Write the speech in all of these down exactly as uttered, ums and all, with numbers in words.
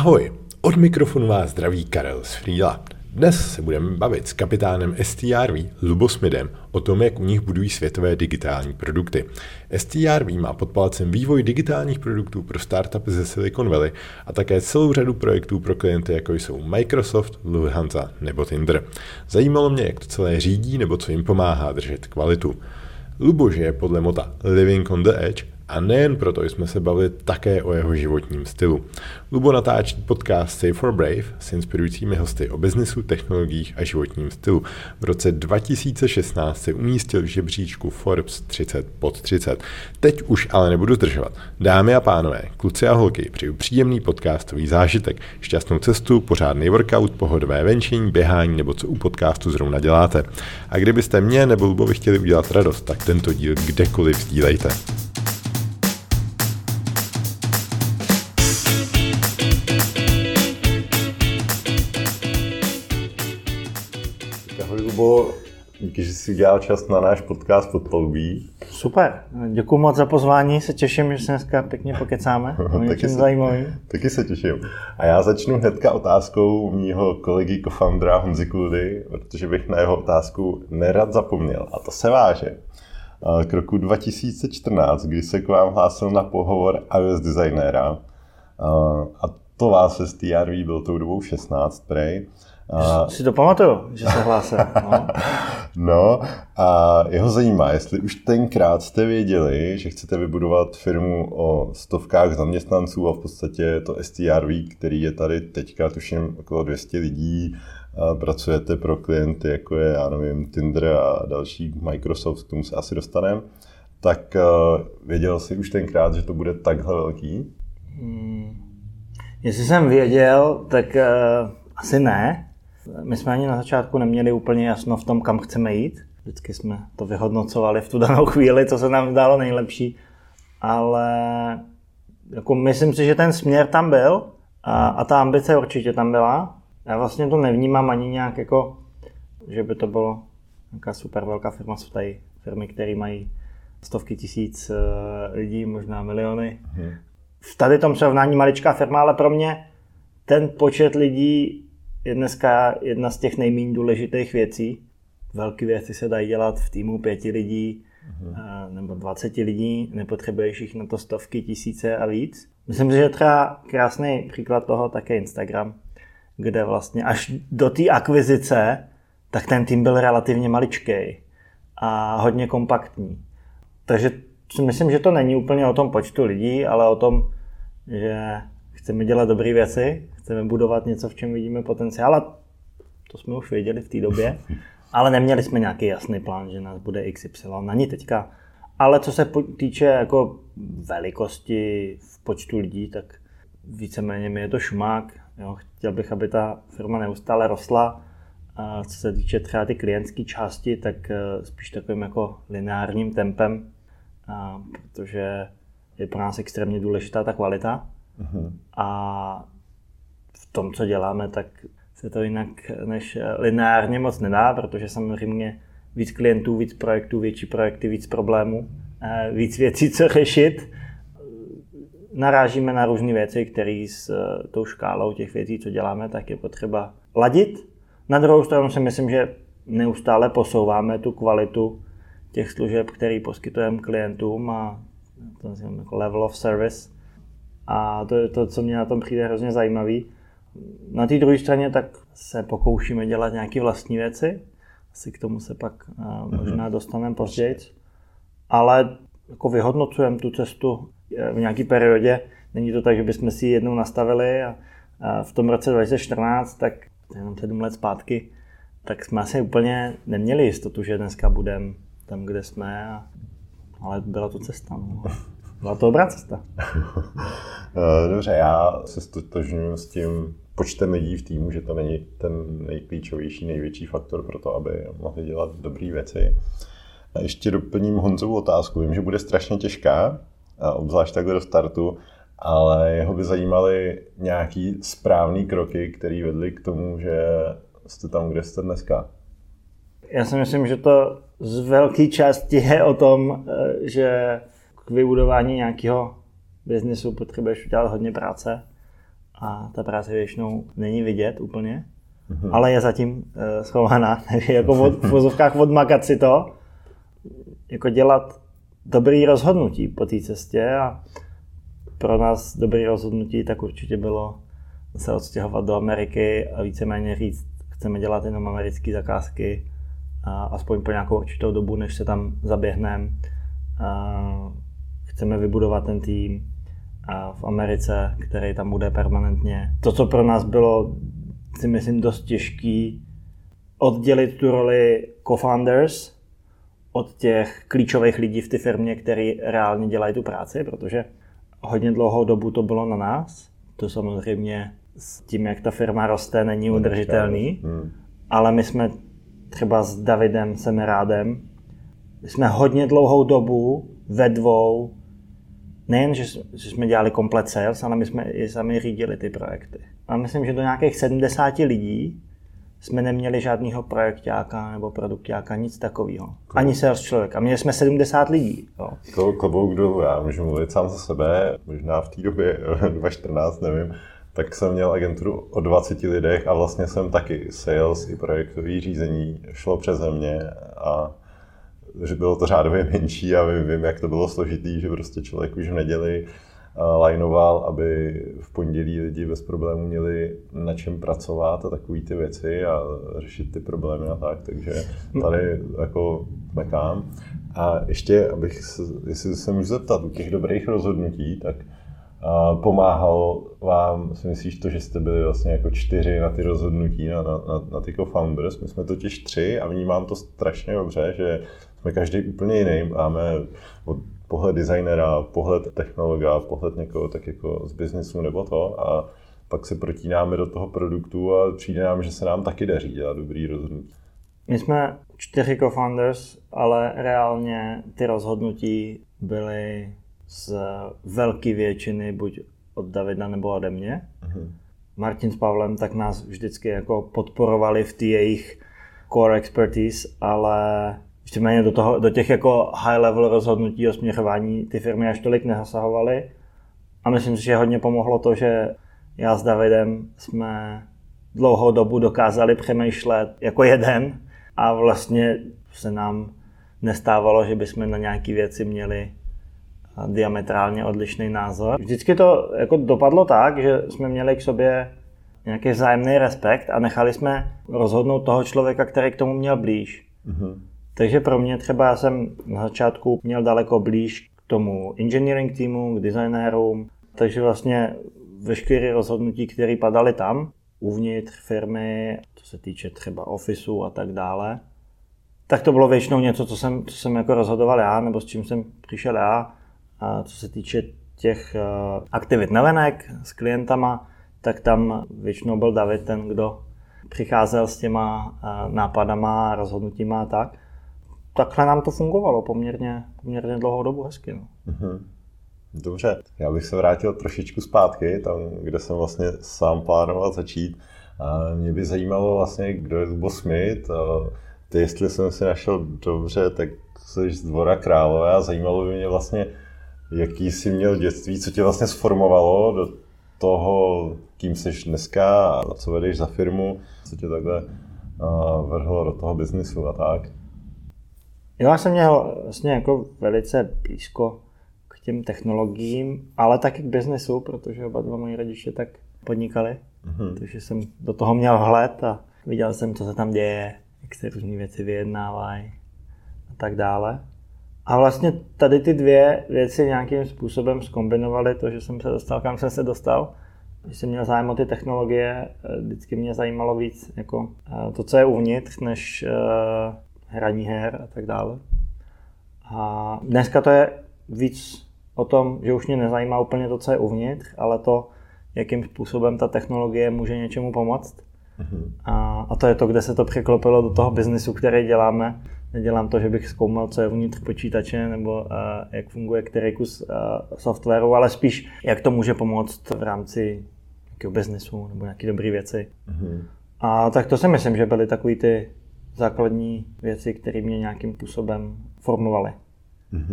Ahoj, od mikrofonu vás zdraví Karel z Frýla. Dnes se budeme bavit s kapitánem S T R V Lubo Smidem o tom, jak u nich budují světové digitální produkty. S T R V má pod palcem vývoj digitálních produktů pro startupy ze Silicon Valley a také celou řadu projektů pro klienty, jako jsou Microsoft, Lufthansa nebo Tinder. Zajímalo mě, jak to celé řídí nebo co jim pomáhá držet kvalitu. Lubo žije podle mota Living on the Edge a nejen proto jsme se bavili také o jeho životním stylu. Lubo natáčí podcast Safe for Brave s inspirujícími hosty o biznesu, technologiích a životním stylu. V roce dva tisíce šestnáct se umístil v žebříčku Forbes třicet pod třicet. Teď už ale nebudu zdržovat. Dámy a pánové, kluci a holky, přeju příjemný podcastový zážitek, šťastnou cestu, pořádný workout, pohodové venčení, běhání nebo co u podcastu zrovna děláte. A kdybyste mě nebo Lubovi chtěli udělat radost, tak tento díl kdekoliv sdílejte. Lubo, díky, že jsi udělal čas na náš podcast Podpalubí. Super, děkuji moc za pozvání, se těším, že se dneska pěkně pokecáme o něčem zajímavým. Taky se těším. A já začnu hnedka otázkou mýho kolegy co-foundera Honzy Kludy, protože bych na jeho otázku nerad zapomněl. A to se váže k roku dva tisíce čtrnáct, kdy se k vám hlásil na pohovor iOS designéra. A to vás S T R V byl tou dobou šestnáct, prej. A... Si to pamatuju, že se hlásil. No. no a jeho zajímá, jestli už tenkrát jste věděli, že chcete vybudovat firmu o stovkách zaměstnanců a v podstatě to S T R V, který je tady teďka, tuším, okolo dvě stě lidí, a pracujete pro klienty, jako je, já nevím, Tinder a další, Microsoft, k tomu se asi dostaneme, tak uh, věděl jsi už tenkrát, že to bude takhle velký? Hmm. Jestli jsem věděl, tak uh, asi ne. My jsme ani na začátku neměli úplně jasno v tom, kam chceme jít. Vždycky jsme to vyhodnocovali v tu danou chvíli, co se nám zdálo nejlepší. Ale jako myslím si, že ten směr tam byl a, a ta ambice určitě tam byla. Já vlastně to nevnímám ani nějak jako, že by to bylo nějaká super velká firma. Jsou tady firmy, které mají stovky tisíc lidí, možná miliony. Hmm. V tady tom srovnání maličká firma, ale pro mě ten počet lidí je dneska jedna z těch nejméně důležitých věcí. Velké věci se dají dělat v týmu pěti lidí uh-huh. nebo dvaceti lidí, nepotřebuješ jich na to stovky, tisíce a víc. Myslím si, že třeba krásný příklad toho také Instagram, kde vlastně až do té akvizice, tak ten tým byl relativně maličký a hodně kompaktní. Takže si myslím, že to není úplně o tom počtu lidí, ale o tom, že chceme dělat dobré věci, chceme budovat něco, v čem vidíme potenciál, a to jsme už věděli v té době, ale neměli jsme nějaký jasný plán, že nás bude X Y, ani teďka. Ale co se týče jako velikosti v počtu lidí, tak víceméně mi je to šumák. Jo. Chtěl bych, aby ta firma neustále rostla. A co se týče třeba ty klientské části, tak spíš takovým jako lineárním tempem, a protože je pro nás extrémně důležitá ta kvalita. Uhum. A v tom, co děláme, tak se to jinak než lineárně moc nedá, protože samozřejmě víc klientů, víc projektů, větší projekty, víc problémů, víc věcí, co řešit. Narážíme na různé věci, které s tou škálou těch věcí, co děláme, tak je potřeba ladit. Na druhou stranu si myslím, že neustále posouváme tu kvalitu těch služeb, které poskytujeme klientům, a to nazýváme jako level of service. A to je to, co mě na tom přijde hrozně zajímavý. Na té druhé straně tak se pokoušíme dělat nějaké vlastní věci. Asi k tomu se pak možná dostaneme později. Ale jako vyhodnocujeme tu cestu v nějaké periodě. Není to tak, že bychom si ji jednou nastavili a v tom roce dva tisíce čtrnáct, tak jenom sedm let zpátky, tak jsme asi úplně neměli jistotu, že dneska budeme tam, kde jsme. A, ale byla to cesta. No. Byla to dobrá cesta. Dobře, já se stotožňuji s tím počtem lidí v týmu, že to není ten nejklíčovější, největší faktor pro to, aby mohli dělat dobré věci. A ještě doplním Honzovu otázku. Vím, že bude strašně těžká, obzvlášť takhle do startu, ale jeho by zajímaly nějaký správný kroky, které vedly k tomu, že jste tam, kde jste dneska. Já si myslím, že to z velké části je o tom, že k vybudování nějakého biznesu potřebuješ udělat hodně práce a ta práce většinou není vidět úplně, mm-hmm. ale je zatím uh, schovaná, takže jako od, v vozovkách odmakat si to, jako dělat dobrý rozhodnutí po té cestě a pro nás dobrý rozhodnutí tak určitě bylo se odstěhovat do Ameriky a víceméně říct, chceme dělat jenom americké zakázky, a aspoň po nějakou určitou dobu, než se tam zaběhneme. Chceme vybudovat ten tým v Americe, který tam bude permanentně. To, co pro nás bylo, si myslím, dost těžký, oddělit tu roli co-founders od těch klíčových lidí v té firmě, kteří reálně dělají tu práci, protože hodně dlouhou dobu to bylo na nás. To samozřejmě s tím, jak ta firma roste, není udržitelný, hmm. ale my jsme třeba s Davidem Semerádem, my jsme hodně dlouhou dobu ve dvou, nejen, že jsme dělali komplet sales, ale my jsme i sami řídili ty projekty. A myslím, že do nějakých sedmdesáti lidí jsme neměli žádného projektáka nebo produktáka, nic takového. Ani sales člověk. A měli jsme sedmdesát lidí. Jo. To klobouk dolů, já můžu mluvit sám za sebe, možná v té době dva tisíce čtrnáct, nevím, tak jsem měl agenturu o dvaceti lidech a vlastně jsem taky sales i projektový řízení šlo přeze mě a že bylo to řádově menší a vím, vím, jak to bylo složitý, že prostě člověk už v neděli lajnoval, aby v pondělí lidi bez problémů měli na čem pracovat a takové ty věci a řešit ty problémy a tak, takže tady jako mekám. A ještě, abych se, jestli se můžu zeptat, u těch dobrých rozhodnutí, tak a pomáhal vám, si myslíš to, že jste byli vlastně jako čtyři na ty rozhodnutí, na, na, na ty co-founders, my jsme totiž tři a vnímám to strašně dobře, že jsme každý úplně jiný, máme od pohled designera, pohled technologa, pohled někoho tak jako z biznesu nebo to a pak se protínáme do toho produktu a přijde nám, že se nám taky daří dělat dobrý rozhodnutí. My jsme čtyři co-founders, ale reálně ty rozhodnutí byly z velké většiny buď od Davida nebo ode mě. Uh-huh. Martin s Pavlem tak nás vždycky jako podporovali v té jejich core expertise, ale ještě méně do, toho, do těch jako high level rozhodnutí o směřování ty firmy až tolik nezasahovaly. A myslím si, že hodně pomohlo to, že já s Davidem jsme dlouhou dobu dokázali přemýšlet jako jeden a vlastně se nám nestávalo, že bychom na nějaké věci měli diametrálně odlišný názor. Vždycky to jako dopadlo tak, že jsme měli k sobě nějaký vzájemný respekt a nechali jsme rozhodnout toho člověka, který k tomu měl blíž. Mm-hmm. Takže pro mě třeba já jsem na začátku měl daleko blíž k tomu engineering týmu, k designérům, takže vlastně veškeré rozhodnutí, které padaly tam, uvnitř firmy, co se týče třeba officeu a tak dále, tak to bylo většinou něco, co jsem, co jsem jako rozhodoval já, nebo s čím jsem přišel já. A co se týče těch uh, aktivit navenek s klientama, tak tam většinou byl David ten, kdo přicházel s těma uh, nápadama, rozhodnutíma a tak. Takhle nám to fungovalo poměrně, poměrně dlouhou dobu hezky. No. Mm-hmm. Dobře, já bych se vrátil trošičku zpátky, tam, kde jsem vlastně sám plánoval začít. A mě by zajímalo vlastně, kdo je Lubo Smith. Ty, jestli jsem si našel dobře, tak jsi z Dvora Králové a zajímalo by mě vlastně, jaký jsi měl dětství, co tě vlastně sformovalo do toho, kým jsi dneska a co vedeš za firmu, co tě takhle uh, vrhlo do toho biznisu a tak? Jo, já jsem měl vlastně jako velice blízko k těm technologiím, ale taky k biznesu, protože oba dva moji rodiče tak podnikali. Mm-hmm. Takže jsem do toho měl vhled a viděl jsem, co se tam děje, jak se různý věci vyjednávají a tak dále. A vlastně tady ty dvě věci nějakým způsobem zkombinovaly to, že jsem se dostal, kam jsem se dostal. Když jsem měl zájem o ty technologie, vždycky mě zajímalo víc jako to, co je uvnitř, než uh, hraní her a tak dále. A dneska to je víc o tom, že už mě nezajímá úplně to, co je uvnitř, ale to, jakým způsobem ta technologie může něčemu pomoct. Mm-hmm. A, a to je to, kde se to překlopilo do toho biznisu, který děláme. Nedělám to, že bych zkoumal, co je uvnitř počítače nebo uh, jak funguje který kus uh, softwaru, ale spíš, jak to může pomoct v rámci nějakého biznesu nebo nějaké dobré věci. Mm-hmm. A tak to si myslím, že byly takové ty základní věci, které mě nějakým způsobem formovaly. Mm-hmm.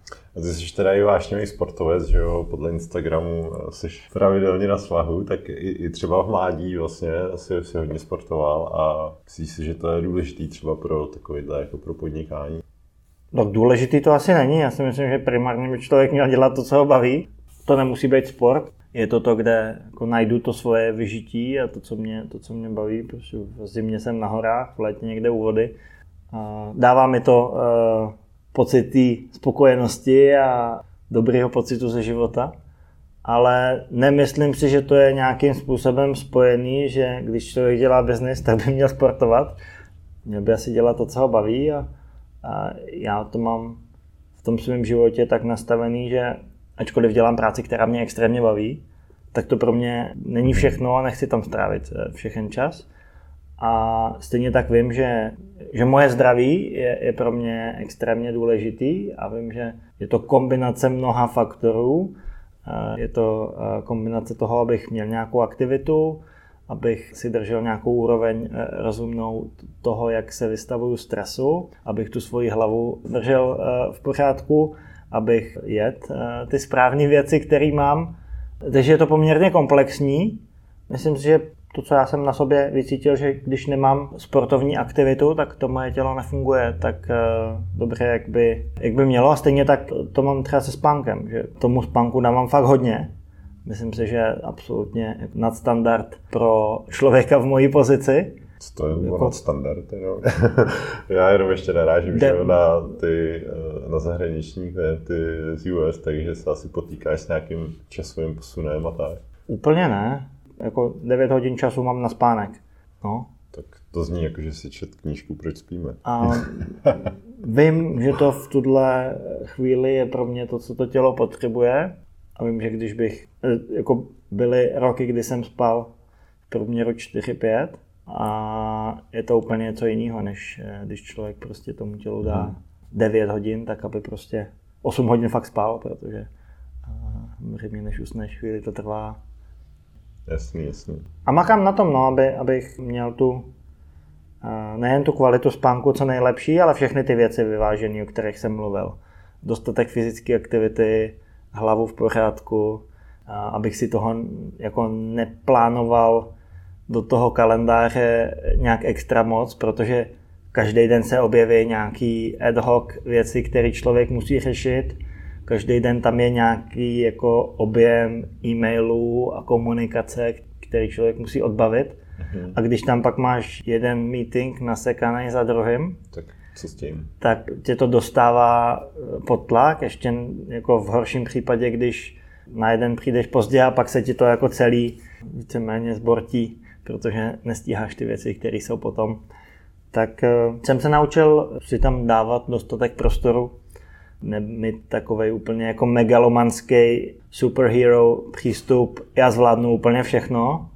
A ty jsi teda i vášnivý sportovec, že jo, podle Instagramu jsi pravidelně na svahu, tak i, i třeba v mládí vlastně jsi, jsi hodně sportoval a myslíš si, že to je důležitý třeba pro takovýhle, jako pro podnikání? Tak důležitý to asi není, já si myslím, že primárně by člověk měl dělat to, co ho baví. To nemusí být sport, je to to, kde jako najdu to svoje vyžití a to, co mě, to, co mě baví, protože v zimě jsem na horách, v létě někde u vody. A dává mi to uh, pocit té spokojenosti a dobrého pocitu ze života, ale nemyslím si, že to je nějakým způsobem spojený, že když člověk dělá biznis, tak by měl sportovat. Měl by asi dělat to, co ho baví a, a já to mám v tom svém životě tak nastavený, že ačkoliv dělám práci, která mě extrémně baví, tak to pro mě není všechno a nechci tam strávit všechen čas. A stejně tak vím, že, že moje zdraví je, je pro mě extrémně důležitý a vím, že je to kombinace mnoha faktorů. Je to kombinace toho, abych měl nějakou aktivitu, abych si držel nějakou úroveň rozumnou toho, jak se vystavuju stresu, abych tu svoji hlavu držel v pořádku, abych jedl ty správné věci, které mám. Takže je to poměrně komplexní. Myslím si, že to, co já jsem na sobě vycítil, že když nemám sportovní aktivitu, tak to moje tělo nefunguje tak uh, dobře, jak by, jak by mělo. A stejně tak to, to mám třeba se spánkem, že tomu spánku dávám fakt hodně. Myslím si, že je absolutně nadstandard pro člověka v mojí pozici. Co to je jako nadstandard? Já jenom ještě narážím De... na ty na zahraniční klienty z U S, takže se asi potýkáš s nějakým časovým posunem a tak. Úplně ne. Jako devět hodin času mám na spánek. No. Tak to zní jako, že si čet knížku Proč spíme. A vím, že to v tuhle chvíli je pro mě to, co to tělo potřebuje. A vím, že když bych, jako byly roky, kdy jsem spal v průměru čtyři pět a je to úplně něco jiného, než když člověk prostě tomu tělu dá hmm. devět hodin, tak aby prostě osm hodin fakt spal, protože samozřejmě než usneš chvíli to trvá. Jasný, jasný. A makám na tom, no, aby, abych měl tu nejen tu kvalitu spánku co nejlepší, ale všechny ty věci vyvážené, o kterých jsem mluvil. Dostatek fyzické aktivity, hlavu v pořádku, abych si toho jako neplánoval do toho kalendáře nějak extra moc, protože každý den se objeví nějaký ad hoc věci, které člověk musí řešit. Každý den tam je nějaký jako objem e-mailů a komunikace, který člověk musí odbavit. Mhm. A když tam pak máš jeden meeting nasekaný za druhým, tak co s tím? Tak tě to dostává pod tlak, ještě jako v horším případě, když na jeden přijdeš pozdě a pak se ti to jako celý víceméně zbortí, protože nestíháš ty věci, které jsou potom. Tak jsem se naučil si tam dávat dostatek prostoru, nemít takovej úplně jako megalomanský superhero přístup, já zvládnu úplně všechno,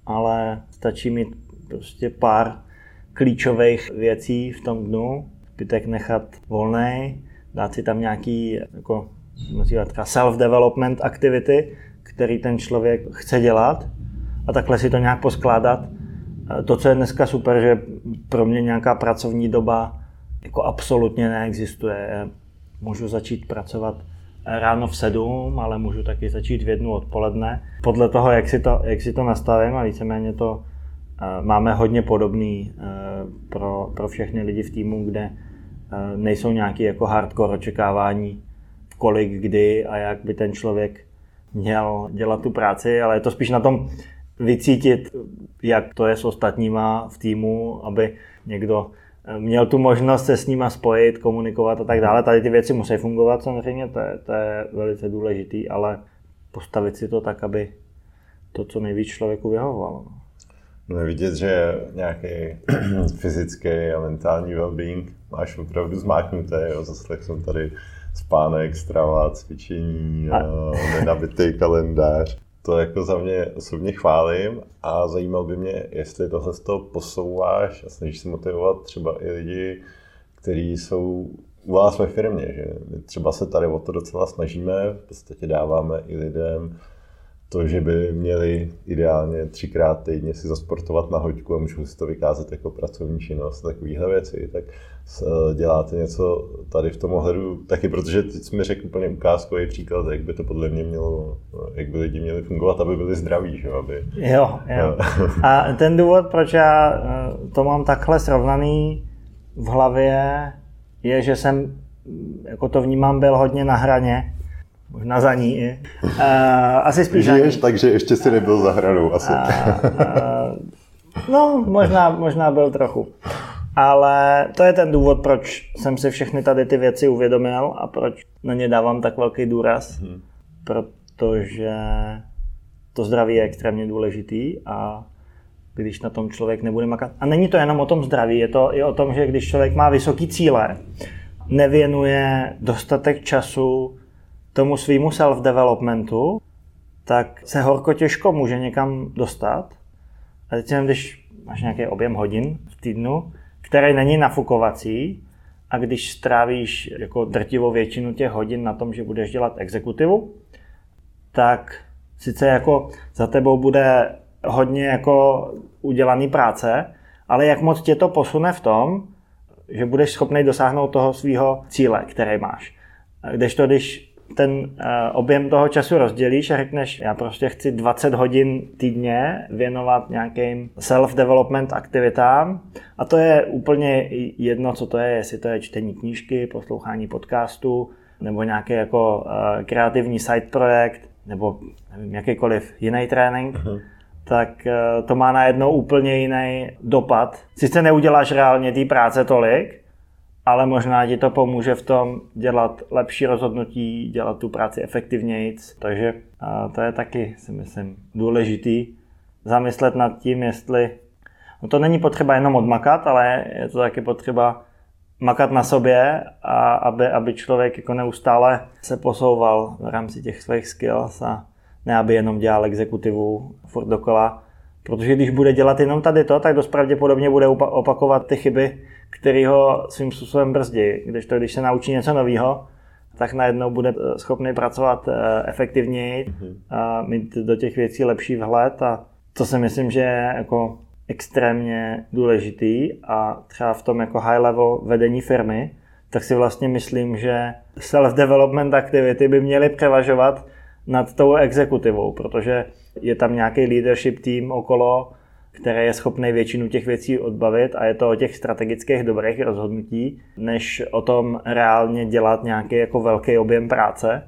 ale stačí mít prostě pár klíčových věcí v tom dnu, zbytek nechat volnej, dát si tam nějaký jako self-development activity, který ten člověk chce dělat a takhle si to nějak poskládat. To, co je dneska super, že pro mě nějaká pracovní doba jako absolutně neexistuje. Můžu začít pracovat ráno v sedm, ale můžu taky začít v jednu odpoledne. Podle toho, jak si to, jak si to nastavím a víceméně to uh, máme hodně podobný uh, pro, pro všechny lidi v týmu, kde uh, nejsou nějaké jako hardcore očekávání, kolik, kdy a jak by ten člověk měl dělat tu práci, ale je to spíš na tom vycítit, jak to je s ostatníma v týmu, aby někdo měl tu možnost se s nima spojit, komunikovat a tak dále. Tady ty věci musí fungovat samozřejmě, to je, to je velice důležitý, ale postavit si to tak, aby to co nejvíc člověku vyhovovalo. No je vidět, že nějaký fyzický a mentální well-being máš opravdu zmáknutý. Zaslechl jsem tady spánek, strava, cvičení, a... nenabitý kalendář. To jako za mě osobně chválím a zajímal by mě, jestli tohle to posouváš a snažíš se motivovat třeba i lidi, kteří jsou u vás ve firmě, že my třeba se tady o to docela snažíme, v podstatě dáváme i lidem to, že by měli ideálně třikrát týdně si zasportovat na hoďku a můžou si to vykázat jako pracovní činnost, takovéhle věci, tak děláte něco tady v tom ohledu taky, protože teď jsi mi řekl úplně ukázkový příklad, jak by to podle mě mělo, jak by lidi měli fungovat, aby byli zdraví, že? Aby... Jo, jo. A ten důvod, proč já to mám takhle srovnaný v hlavě, je, že jsem, jako to vnímám, byl hodně na hraně. Možná za ní i. Uh, asi spíš žiješ, takže ještě si nebyl za hranou asi. Uh, uh, no, možná, možná byl trochu. Ale to je ten důvod, proč jsem si všechny tady ty věci uvědomil a proč na ně dávám tak velký důraz. Hmm. Protože to zdraví je extrémně důležitý a když na tom člověk nebude makat. A není to jenom o tom zdraví, je to i o tom, že když člověk má vysoký cíle, nevěnuje dostatek času tomu svýmu self-developmentu, tak se horko těžko může někam dostat. A teď jenom, když máš nějaký objem hodin v týdnu, který není nafukovací, a když strávíš jako drtivou většinu těch hodin na tom, že budeš dělat exekutivu, tak sice jako za tebou bude hodně jako udělaný práce, ale jak moc tě to posune v tom, že budeš schopný dosáhnout toho svého cíle, který máš. Kdežto když ten objem toho času rozdělíš a řekneš, já prostě chci dvacet hodin týdně věnovat nějakým self-development aktivitám a to je úplně jedno, co to je, jestli to je čtení knížky, poslouchání podcastu nebo nějaký jako kreativní side projekt nebo nevím, jakýkoliv jiný trénink, uh-huh. tak to má najednou úplně jiný dopad. Sice neuděláš reálně té práce tolik, ale možná ti to pomůže v tom dělat lepší rozhodnutí, dělat tu práci efektivněji. Takže to je taky, si myslím, důležitý zamyslet nad tím, jestli... No to není potřeba jenom odmakat, ale je to taky potřeba makat na sobě, a aby, aby člověk jako neustále se posouval v rámci těch svých skills a ne aby jenom dělal exekutivu furt dokola. Protože když bude dělat jenom tady to, tak dost pravděpodobně bude opakovat ty chyby, který ho svým způsobem brzdí. Když to, když se naučí něco nového, tak najednou bude schopný pracovat efektivněji a mít do těch věcí lepší vhled. A to si myslím, že je jako extrémně důležitý a třeba v tom jako high level vedení firmy, tak si vlastně myslím, že self-development aktivity by měly převažovat nad tou exekutivou, protože je tam nějaký leadership tým okolo, který je schopný většinu těch věcí odbavit a je to o těch strategických dobrých rozhodnutí, než o tom reálně dělat nějaký jako velký objem práce.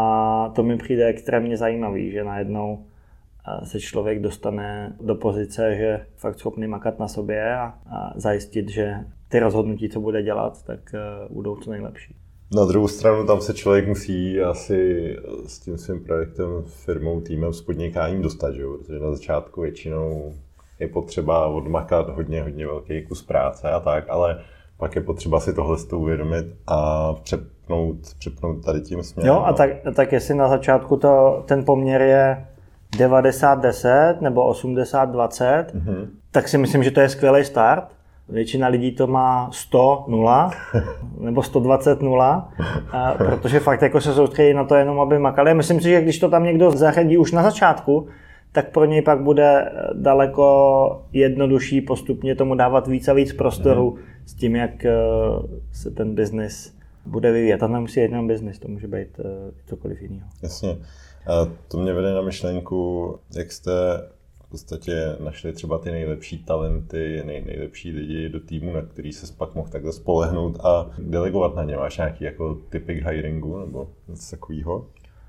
A to mi přijde extrémně zajímavý, že najednou se člověk dostane do pozice, že je fakt schopný makat na sobě a, a zajistit, že ty rozhodnutí, co bude dělat, tak uh, budou co nejlepší. Na druhou stranu tam se člověk musí asi s tím svým projektem, firmou, týmem z podnikání dostat, že? Protože na začátku většinou je potřeba odmakat hodně, hodně velký kus práce a tak, ale pak je potřeba si tohle z toho uvědomit a přepnout, přepnout tady tím směrem. Jo, a tak, tak jestli na začátku to, ten poměr je devadesát deset nebo osmdesát dvacet, mm-hmm. tak si myslím, že to je skvělý start. Většina lidí to má sto nula nebo sto dvacet nula, protože fakt jako se soustředí na to jenom, aby makali. Myslím si, že když to tam někdo zařadí už na začátku, tak pro něj pak bude daleko jednodušší postupně tomu dávat víc a víc prostoru mm. s tím, jak se ten biznis bude vyvíjet. A nemusí jít jenom biznis, to může být cokoliv jiného. Jasně. A to mě vede na myšlenku, jak jste v podstatě našli třeba ty nejlepší talenty, nej, nejlepší lidi do týmu, na který se pak mohl takhle spolehnout a delegovat na ně. Máš nějaký jako typik hiringu nebo něco takového?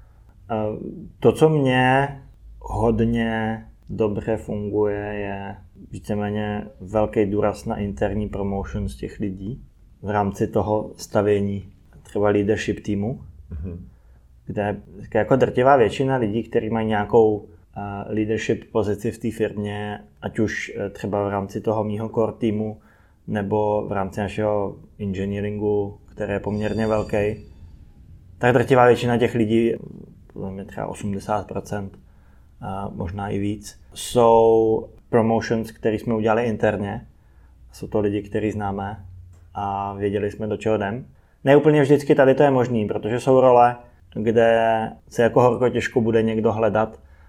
To, co mě hodně dobře funguje, je víceméně velký důraz na interní promotion z těch lidí v rámci toho stavění třeba leadership týmu, mm-hmm. kde jako drtivá většina lidí, kteří mají nějakou leadership pozici v té firmě, ať už třeba v rámci toho mýho core týmu, nebo v rámci našeho engineeringu, který je poměrně velký, tak drtivá většina těch lidí, podle mě třeba osmdesát procent, a možná i víc, jsou promotions, které jsme udělali interně. Jsou to lidi, který známe a věděli jsme, do čeho jdem. Ne úplně vždycky tady to je možný, protože jsou role, kde se jako horko těžko bude někdo hledat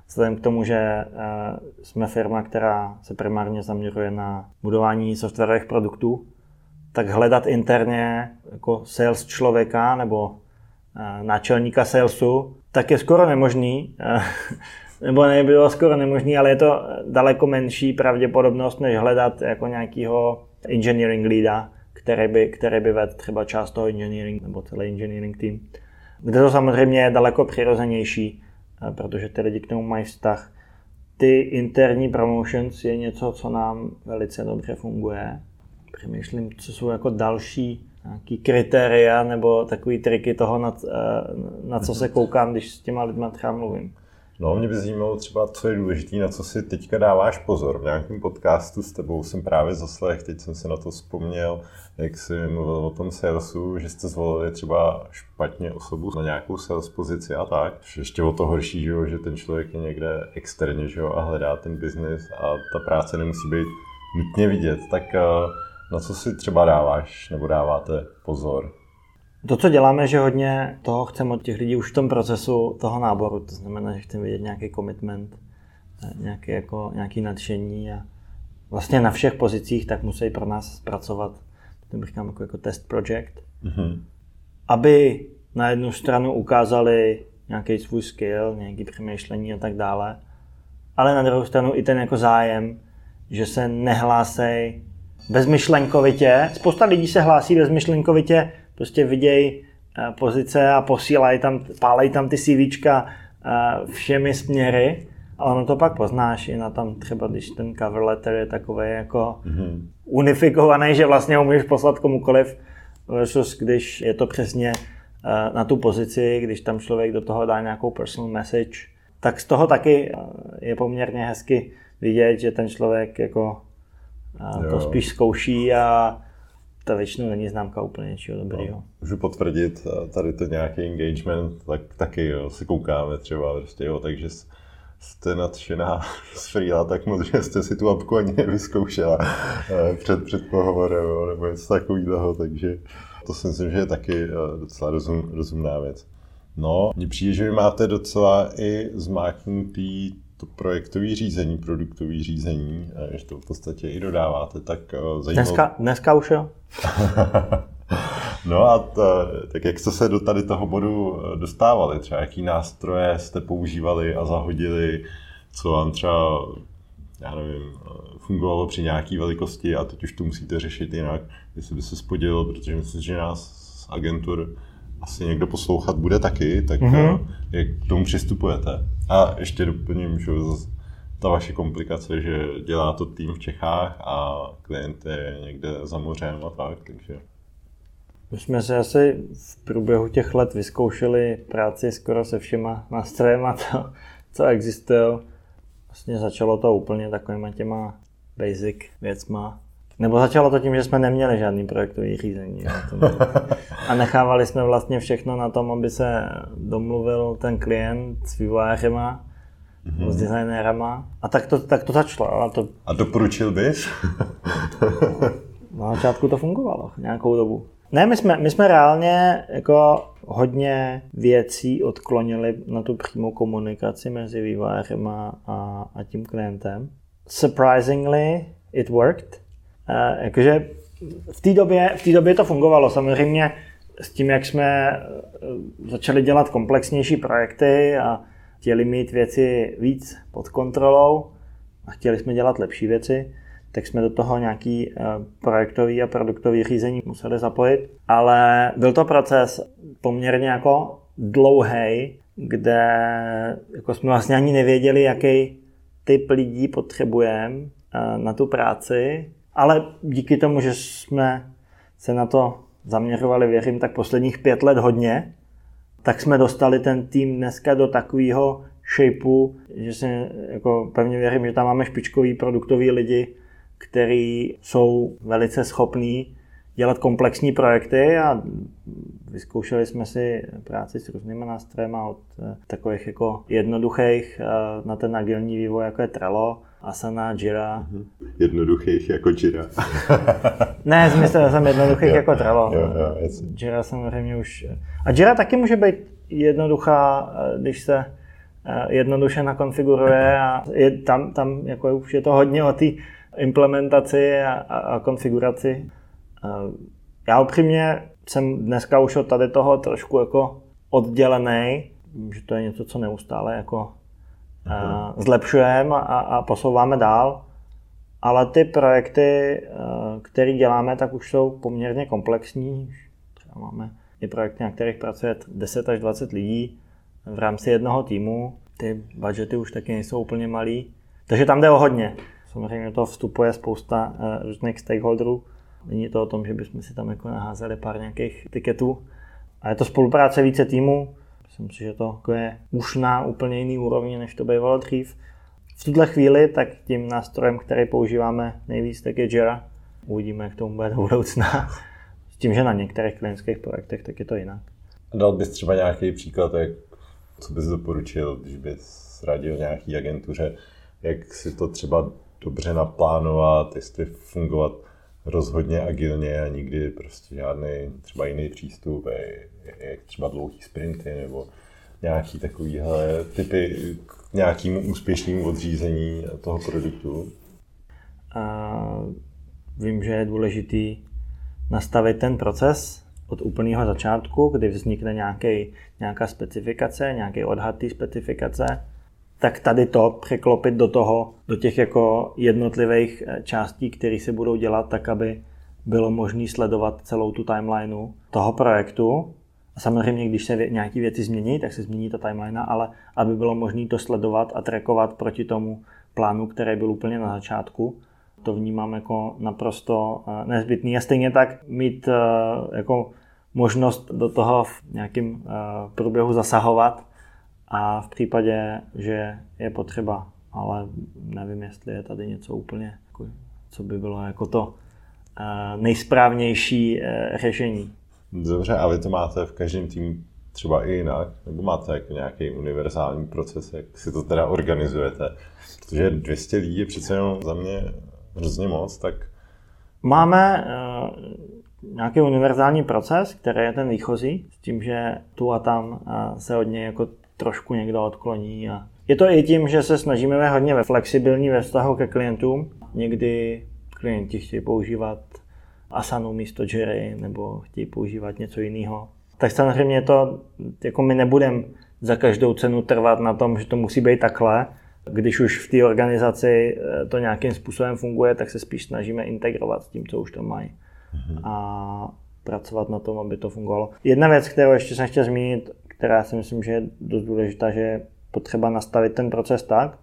vzhledem k tomu, že jsme firma, která se primárně zaměřuje na budování softwarových produktů, tak hledat interně jako sales člověka nebo náčelníka salesu, tak je skoro nemožný. Nebo nebylo skoro nemožný, ale je to daleko menší pravděpodobnost, než hledat jako nějakého engineering leada, který by, který by vedl třeba část toho engineering nebo celý engineering tým. Kde to samozřejmě je daleko přirozenější, protože ty lidi k tomu mají vztah. Ty interní promotions je něco, co nám velice dobře funguje. Přemýšlím, co jsou jako další nějaký kritéria nebo takový triky toho, na, na co se koukám, když s těma lidma třeba mluvím. No, mě by zajímalo třeba, co je důležité, na co si teďka dáváš pozor. V nějakém podcastu s tebou jsem právě zaslech, teď jsem si na to vzpomněl, jak jsi mluvil o tom salesu, že jste zvolili třeba špatně osobu na nějakou sales pozici a tak. Ještě o to horší, že, jo, že ten člověk je někde externě, že jo, a hledá ten biznis a ta práce nemusí být nutně vidět. Tak na co si třeba dáváš nebo dáváte pozor? To, co děláme, že hodně toho chceme od těch lidí už v tom procesu toho náboru. To znamená, že chceme vidět nějaký commitment, nějaký, jako, nějaký nadšení a vlastně na všech pozicích tak musí pro nás pracovat. To bych říkám jako, jako test project. Mm-hmm. Aby na jednu stranu ukázali nějaký svůj skill, nějaký přemýšlení a tak dále, ale na druhou stranu i ten jako zájem, že se nehlásej bezmyšlenkovitě. Spousta lidí se hlásí bezmyšlenkovitě, prostě vidějí pozice a posílají tam, pálejí tam ty CVčka všemi směry. A ono to pak poznáš i na tam třeba, když ten cover letter je takový jako mm-hmm. unifikovaný, že vlastně ho můžeš poslat komukoliv, versus když je to přesně na tu pozici, když tam člověk do toho dá nějakou personal message, tak z toho taky je poměrně hezky vidět, že ten člověk jako to spíš zkouší a ta většinou není známka úplně něčeho dobrýho. No, můžu potvrdit, tady to nějaký engagement, tak taky jo, si koukáme třeba, prostě, jo, takže jste nadšená z Freela tak moc, že jste si tu apku ani nevyzkoušela před, před pohovorem, jo, nebo něco takového, takže to si myslím, že je taky docela rozum, rozumná věc. No, mně přijde, že vy máte docela i zmáknutý to projektové řízení, produktové řízení, že to v podstatě i dodáváte, tak zajímalo... Dneska, dneska už jo. No a ta, tak jak jste se do tady toho bodu dostávali? Třeba jaký nástroje jste používali a zahodili, co vám třeba, já nevím, fungovalo při nějaké velikosti a teď už to musíte řešit jinak, jestli by se spodil, protože myslím, že nás z agentur asi někdo poslouchat bude taky, tak mm-hmm. jak k tomu přistupujete? A ještě doplním, že ta vaše komplikace, že dělá to tým v Čechách a klient je někde za mořem a tak, takže... My jsme se asi v průběhu těch let vyzkoušeli práci skoro se všema nástrojema, to, co existují. Vlastně začalo to úplně takovýma těma basic věcma. Nebo začalo to tím, že jsme neměli žádný projektový řízení. A nechávali jsme vlastně všechno na tom, aby se domluvil ten klient s vývojářema, mm-hmm. s designérama. A tak to, tak to začalo. A, to... a doporučil bys? Na začátku to fungovalo nějakou dobu. Ne, my jsme, my jsme reálně jako hodně věcí odklonili na tu přímou komunikaci mezi vývojářema a, a tím klientem. Surprisingly, it worked. Uh, jakože v té době, v té době to fungovalo. Samozřejmě s tím, jak jsme začali dělat komplexnější projekty a chtěli mít věci víc pod kontrolou a chtěli jsme dělat lepší věci, tak jsme do toho nějaký uh, projektový a produktový řízení museli zapojit. Ale byl to proces poměrně jako dlouhý, kde jako jsme vlastně ani nevěděli, jaký typ lidí potřebujeme uh, na tu práci. Ale díky tomu, že jsme se na to zaměřovali, věřím, tak posledních pět let hodně, tak jsme dostali ten tým dneska do takového shapeu, že si jako pevně věřím, že tam máme špičkový produktový lidi, kteří jsou velice schopní dělat komplexní projekty a vyzkoušeli jsme si práci s různými nástroji od takových jako jednoduchých na ten agilní vývoj, jako je Trello, Asana, Jira. Jednoduchých jako Jira. Ne, myslím, jsem jednoduchých jo, jako Trello. Jo, jo, Jira samozřejmě už... A Jira taky může být jednoduchá, když se jednoduše nakonfiguruje a je tam, tam jako už je to hodně o té implementaci a, a, a konfiguraci. Já upřímně jsem dneska už od tady toho trošku jako oddělený, že to je něco, co neustále jako uh, zlepšujeme a, a posouváme dál, ale ty projekty, uh, které děláme, tak už jsou poměrně komplexní. Třeba máme i projekty, na kterých pracuje deset až dvacet lidí v rámci jednoho týmu. Ty budžety už taky nejsou úplně malý, takže tam jde o hodně. Samozřejmě to vstupuje spousta uh, různých stakeholderů. Není to o tom, že bychom si tam jako naházeli pár nějakých tiketů. A je to spolupráce více týmů. Myslím si, že to je už na úplně jiný úrovni, než to bývalo dřív. V tuhle chvíli tak tím nástrojem, který používáme nejvíc, tak je Jira. Uvidíme, jak to bude do budoucna. S tím, že na některých klientských projektech tak je to jinak. Dal bys třeba nějaký příklad, jak, co bys doporučil, když bys radil nějaký agentuře, jak si to třeba dobře naplánovat, jestli fungovat rozhodně agilně a nikdy prostě žádný třeba jiný přístup, jak třeba dlouhý sprinty nebo nějaký takovýhle typy k nějakému úspěšnému odřízení toho produktu? A vím, že je důležitý nastavit ten proces od úplného začátku, kdy vznikne nějaký, nějaká specifikace, nějaký odhad té specifikace, tak tady to překlopit do toho, do těch jako jednotlivých částí, které se budou dělat, tak aby bylo možné sledovat celou tu timelineu toho projektu. A samozřejmě, když se nějaké věci změní, tak se změní ta timeline, ale aby bylo možné to sledovat a trackovat proti tomu plánu, který byl úplně na začátku. To vnímám jako naprosto nezbytný. A stejně tak mít jako možnost do toho v nějakém průběhu zasahovat, a v případě, že je potřeba, ale nevím, jestli je tady něco úplně, co by bylo jako to nejsprávnější řešení. Dobře, a vy to máte v každém týmu třeba i jinak? Nebo máte jako nějaký univerzální proces, jak si to teda organizujete? Protože dvě stě lidí je přece jenom za mě hrozně moc, tak... Máme uh, nějaký univerzální proces, který je ten výchozí, s tím, že tu a tam uh, se od něj jako trošku někdo odkloní. A je to i tím, že se snažíme hodně ve flexibilní ve vztahu ke klientům. Někdy klienti chtějí používat Asanu místo Jiry nebo chtějí používat něco jiného. Tak samozřejmě to, jako my nebudeme za každou cenu trvat na tom, že to musí být takhle. Když už v té organizaci to nějakým způsobem funguje, tak se spíš snažíme integrovat s tím, co už tam mají. A pracovat na tom, aby to fungovalo. Jedna věc, kterou ještě jsem chtěl zmínit, která si myslím, že je dost důležitá, že je potřeba nastavit ten proces tak,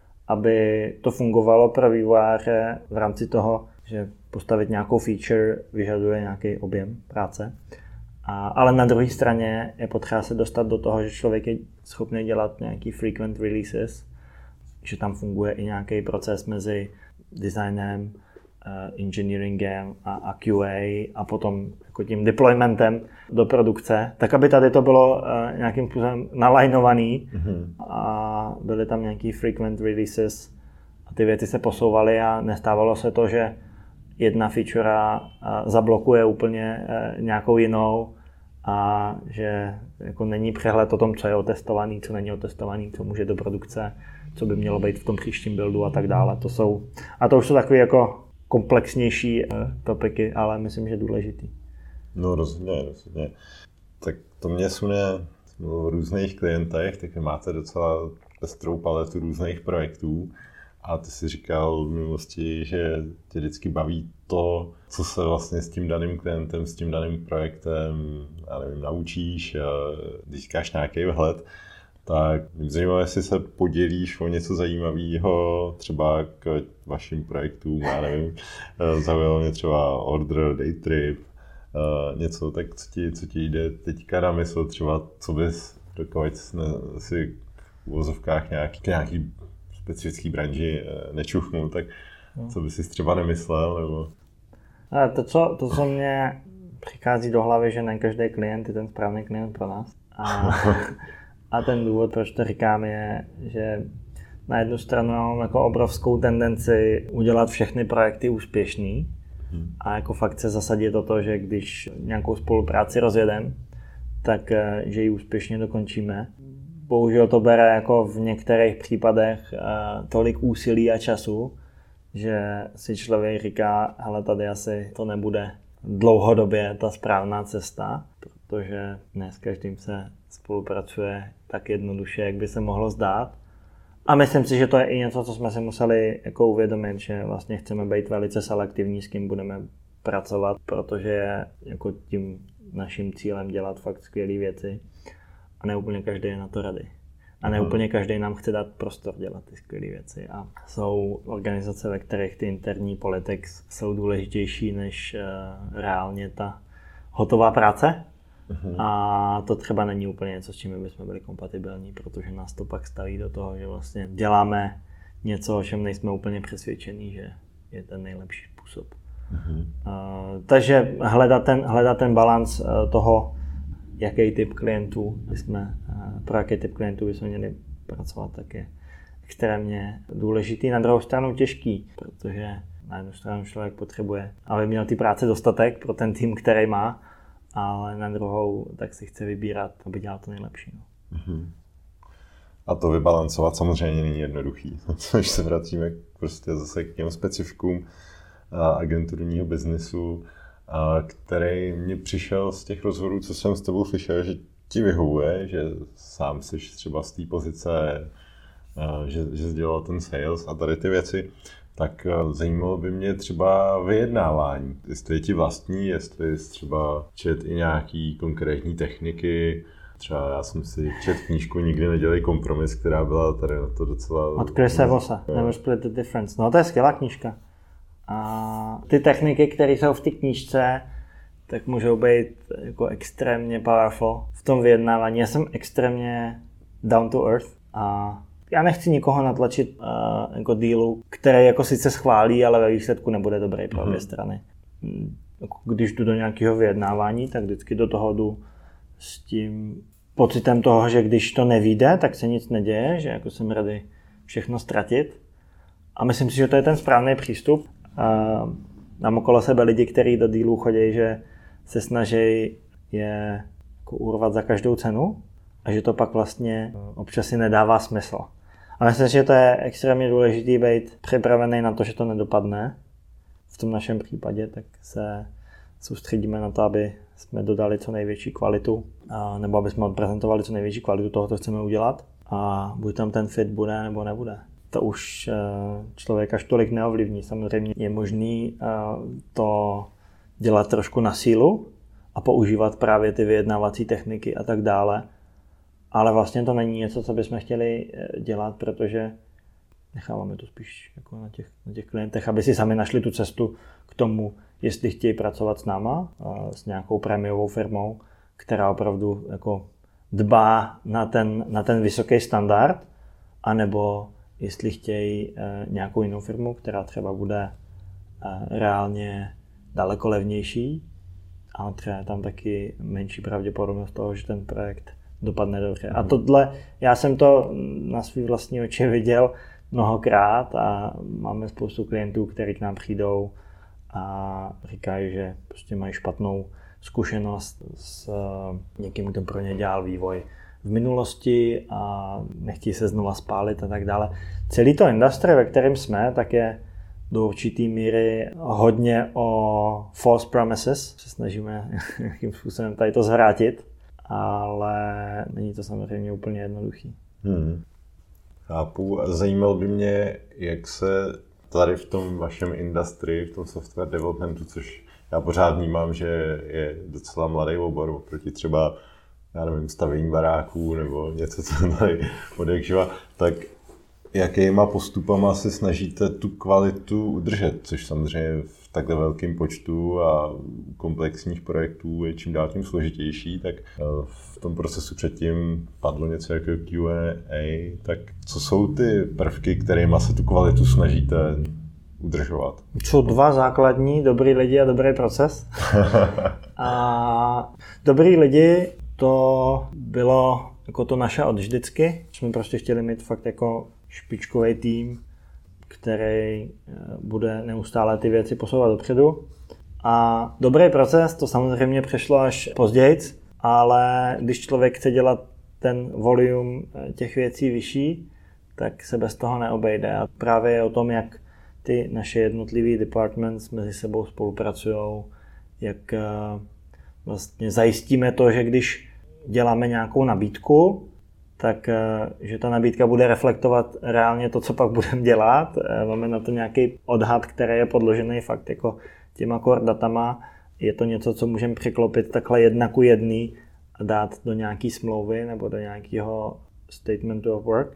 aby to fungovalo pro vývojáře v rámci toho, že postavit nějakou feature vyžaduje nějaký objem práce. A, ale na druhé straně je potřeba se dostat do toho, že člověk je schopný dělat nějaký frequent releases, že tam funguje i nějaký proces mezi designem, engineeringem a, a Q A a potom jako tím deploymentem do produkce, tak aby tady to bylo uh, nějakým způsobem nalajnovaný mm-hmm. a byly tam nějaký frequent releases a ty věci se posouvaly a nestávalo se to, že jedna feature uh, zablokuje úplně uh, nějakou jinou a že jako není přehled o tom, co je otestovaný, co není otestovaný, co může do produkce, co by mělo být v tom příštím buildu a tak dále. To jsou, a to už jsou takové jako komplexnější uh, topiky, ale myslím, že důležitý. No rozhodně, rozhodně. Tak to mě sune o různých klientech, tak vy máte docela pestrou paletu různých projektů a ty si říkal v minulosti, že tě vždycky baví to, co se vlastně s tím daným klientem, s tím daným projektem, já nevím, naučíš, když říkáš nějaký vhled, tak mě zajímavé, jestli se podělíš o něco zajímavého třeba k vašim projektům, já nevím, zaujalo mě třeba Order, Daytrip, něco, tak co ti, co ti jde teďka na mysl, třeba co bys, dokud si v uvozovkách nějaký, nějaký specifický branži nečuchnul, tak co bys si třeba nemyslel, nebo... To co, to, co mě přichází do hlavy, že ne každý klient je ten správný klient pro nás. A, a ten důvod, proč to říkám, je, že na jednu stranu mám jako obrovskou tendenci udělat všechny projekty úspěšný a jako fakt se zasadit o to, že když nějakou spolupráci rozjedeme, tak že ji úspěšně dokončíme. bohužel to bere jako v některých případech tolik úsilí a času, že si člověk říká, hele, tady asi to nebude dlouhodobě ta správná cesta, protože ne s každým se spolupracuje tak jednoduše, jak by se mohlo zdát. A myslím si, že to je i něco, co jsme si museli jako uvědomit, že vlastně chceme být velice selektivní, s kým budeme pracovat, protože je jako tím naším cílem dělat fakt skvělé věci a ne úplně každý je na to rady. A ne úplně každý nám chce dát prostor dělat ty skvělé věci. A jsou organizace, ve kterých ty interní politics jsou důležitější než uh, reálně ta hotová práce. Uhum. A to třeba není úplně něco, s čím bychom byli kompatibilní, protože nás to pak staví do toho, že vlastně děláme něco, o čem nejsme úplně přesvědčení, že je ten nejlepší způsob. Uh, takže hledat ten, hledat ten balans uh, toho, jaký typ klientů jsme, uh, pro jaký typ klientů bychom měli pracovat, tak je extrémně důležitý. Na druhou stranu těžký, protože na jednu stranu člověk potřebuje, aby měl ty práce dostatek pro ten tým, který má, ale na druhou tak si chce vybírat, aby dělal to nejlepší. No. Uh-huh. A to vybalancovat samozřejmě není jednoduchý, což se vracíme prostě zase k těm specifikům agenturního biznesu, který mě přišel z těch rozhovorů, co jsem s tebou slyšel, že ti vyhovuje, že sám jsi třeba z té pozice, že, že dělal ten sales a tady ty věci, tak zajímalo by mě třeba vyjednávání. Jestli je ti vlastní, jestli jsi třeba čet i nějaký konkrétní techniky. Třeba já jsem si čet knížku Nikdy nedělej kompromis, která byla tady na to docela... Od Chrise Vossa, Never Split the Difference. No to je skvělá knížka. A ty techniky, které jsou v té knížce, tak můžou být jako extrémně powerful v tom vyjednávání. Já jsem extrémně down to earth a já nechci nikoho natlačit uh, jako dealu, který jako sice schválí, ale ve výsledku nebude dobrý pro obě strany. Když jdu do nějakého vyjednávání, tak vždycky do toho jdu s tím pocitem toho, že když to nevyjde, tak se nic neděje, že jako jsem ready všechno ztratit. A myslím si, že to je ten správný přístup. Uh, mám okolo sebe lidi, kteří do dealů chodí, že se snaží je jako urvat za každou cenu a že to pak vlastně občas si nedává smysl. A myslím si, že to je extrémně důležité být připravený na to, že to nedopadne. V tom našem případě tak se soustředíme na to, aby jsme dodali co největší kvalitu, a, nebo aby jsme odprezentovali co největší kvalitu toho, co chceme udělat. A buď tam ten fit bude, nebo nebude. To už člověk až tolik neovlivní. Samozřejmě je možný to dělat trošku na sílu a používat právě ty vyjednávací techniky a tak dále. Ale vlastně to není něco, co bychom chtěli dělat, protože necháváme to spíš jako na těch, na těch klientech, aby si sami našli tu cestu k tomu, jestli chtějí pracovat s náma, s nějakou prémiovou firmou, která opravdu jako dbá na ten, na ten vysoký standard, anebo jestli chtějí nějakou jinou firmu, která třeba bude reálně daleko levnější, ale třeba je tam taky menší pravděpodobnost toho, že ten projekt dopadne dobře. A tohle, já jsem to na svý vlastní oči viděl mnohokrát a máme spoustu klientů, kteří k nám přijdou a říkají, že prostě mají špatnou zkušenost s někým, kdo pro ně dělal vývoj v minulosti a nechtějí se znova spálit a tak dále. Celý to industry, ve kterém jsme, tak je do určitý míry hodně o false promises. Se snažíme nějakým způsobem tady to zvrátit, ale není to samozřejmě úplně jednoduchý. Hmm. Chápu. Zajímalo by mě, jak se tady v tom vašem industry, v tom software developmentu, což já pořád vnímám, že je docela mladý obor oproti třeba, já nevím, stavění baráků nebo něco, co tady odjakživa, tak jakýma postupama se snažíte tu kvalitu udržet, což samozřejmě v takhle velkém počtu a komplexních projektů je čím dál tím složitější, tak v tom procesu předtím padlo něco jako Q and A, tak co jsou ty prvky, kterýma se tu kvalitu snažíte udržovat? Jsou dva základní, dobrý lidi a dobrý proces. A dobrý lidi, to bylo jako to naše od vždycky. Jsme prostě chtěli mít fakt jako špičkový tým, který bude neustále ty věci posouvat dopředu. A dobrý proces, to samozřejmě přešlo až později, ale když člověk chce dělat ten volume těch věcí vyšší, tak se bez toho neobejde. A právě je o tom, jak ty naše jednotlivé departments mezi sebou spolupracují, jak vlastně zajistíme to, že když děláme nějakou nabídku, tak že ta nabídka bude reflektovat reálně to, co pak budeme dělat. Máme na to nějaký odhad, který je podložený fakt jako těma core datama. Je to něco, co můžeme přiklopit takhle jedna ku jedný a dát do nějaký smlouvy nebo do nějakého statementu of work.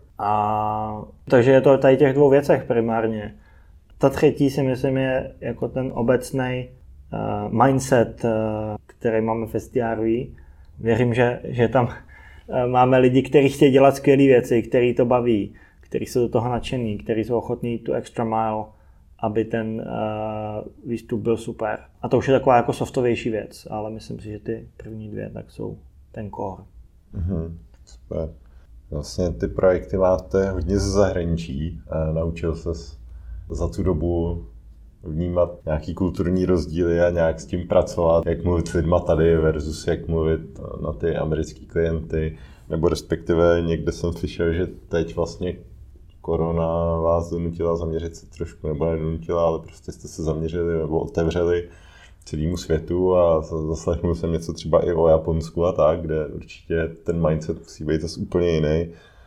A takže je to tady těch dvou věcech primárně. Ta třetí si myslím je jako ten obecný uh, mindset, uh, který máme v S T R V. Věřím, že, že tam uh, máme lidi, kteří chtějí dělat skvělé věci, kteří to baví, kteří jsou do toho nadšení, kteří jsou ochotní tu extra mile, aby ten uh, výstup byl super. A to už je taková jako softovější věc, ale myslím si, že ty první dvě tak jsou ten core. Mm-hmm, super. Vlastně ty projekty máte hodně ze zahraničí. Naučil ses za tu dobu vnímat nějaký kulturní rozdíly a nějak s tím pracovat, jak mluvit s lidma tady versus jak mluvit na ty americké klienty, nebo respektive někde jsem slyšel, že teď vlastně korona vás donutila zaměřit se trošku, nebo nedonutila, ale prostě jste se zaměřili nebo otevřeli celému světu a zaslechnul jsem něco třeba i o Japonsku a tak, kde určitě ten mindset musí být zase úplně jiný.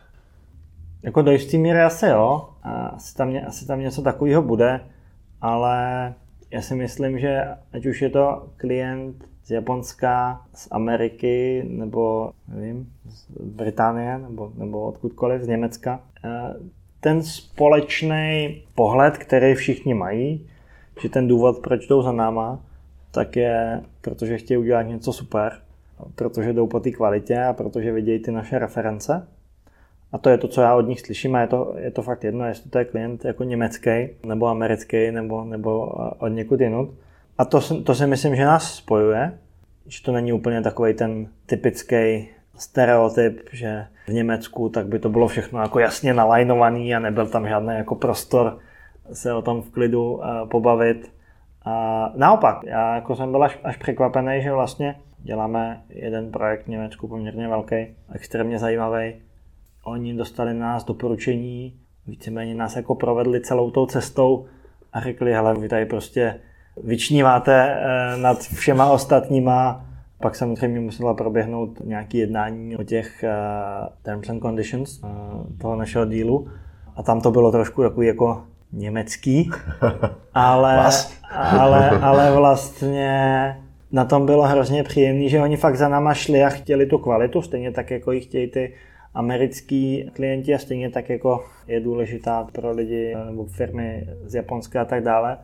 Jako do jistý míry asi jo, asi tam, asi tam něco takového bude, ale já si myslím, že ať už je to klient z Japonska, z Ameriky, nebo nevím, z Británie, nebo, nebo odkudkoliv, z Německa, ten společný pohled, který všichni mají, že ten důvod, proč jdou za náma, tak je, protože chtějí udělat něco super, protože jdou po té kvalitě a protože vidějí ty naše reference. A to je to, co já od nich slyším a je to, je to fakt jedno, jestli to je klient jako německý, nebo americký, nebo, nebo od někud jinut. A to, to si myslím, že nás spojuje, že to není úplně takovej ten typický stereotyp, že v Německu tak by to bylo všechno jako jasně nalajnovaný a nebyl tam žádný jako prostor se o tom v klidu uh, pobavit. A naopak, já jako jsem byl až, až překvapený, že vlastně děláme jeden projekt v Německu poměrně velký, extrémně zajímavý. Oni dostali na nás doporučení, víceméně nás jako provedli celou tou cestou a řekli, hele, vy tady prostě vyčníváte eh, nad všema ostatníma. Pak samozřejmě musela proběhnout nějaké jednání o těch uh, terms and conditions uh, toho našeho dílu. A tam to bylo trošku takový jako německý, ale, ale, ale vlastně na tom bylo hrozně příjemný, že oni fakt za náma šli a chtěli tu kvalitu, stejně tak jako ji chtějí ty americký klienti a stejně tak jako je důležitá pro lidi nebo firmy z Japonska a tak dále.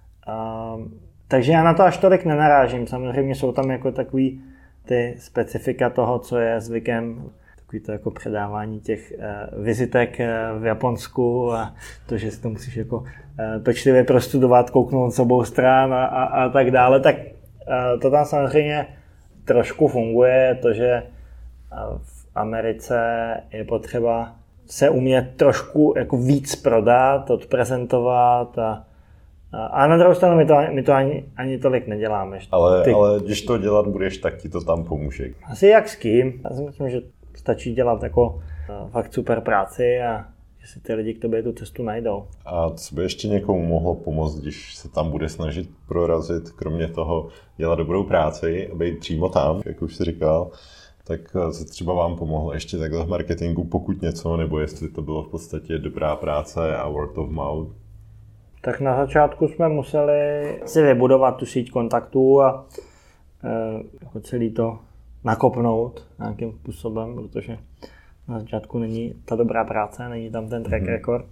Um, takže já na to až tolik nenarážím. Samozřejmě jsou tam jako takový ty specifika toho, co je zvykem, takový to jako předávání těch uh, vizitek uh, v Japonsku a to, že si to musíš jako uh, pečlivě prostudovat, kouknout s obou stran a, a, a tak dále, tak uh, to tam samozřejmě trošku funguje, to, že uh, v Americe je potřeba se umět trošku jako víc prodat, odprezentovat a A na druhou stranu my to, my to ani, ani tolik neděláme. Ale, ale když to dělat budeš, tak ti to tam pomůže. Asi jak s kým. Já si myslím, že stačí dělat jako fakt super práci a že si ty lidi k tobě tu cestu najdou. A co by ještě někomu mohlo pomoct, když se tam bude snažit prorazit, kromě toho dělat dobrou práci a být přímo tam, jak už jsi říkal, tak se třeba vám pomohlo ještě takhle v marketingu, pokud něco, nebo jestli to bylo v podstatě dobrá práce a word of mouth? Tak na začátku jsme museli si vybudovat tu síť kontaktů a e, jako celý to nakopnout nějakým způsobem, protože na začátku není ta dobrá práce, není tam ten track record.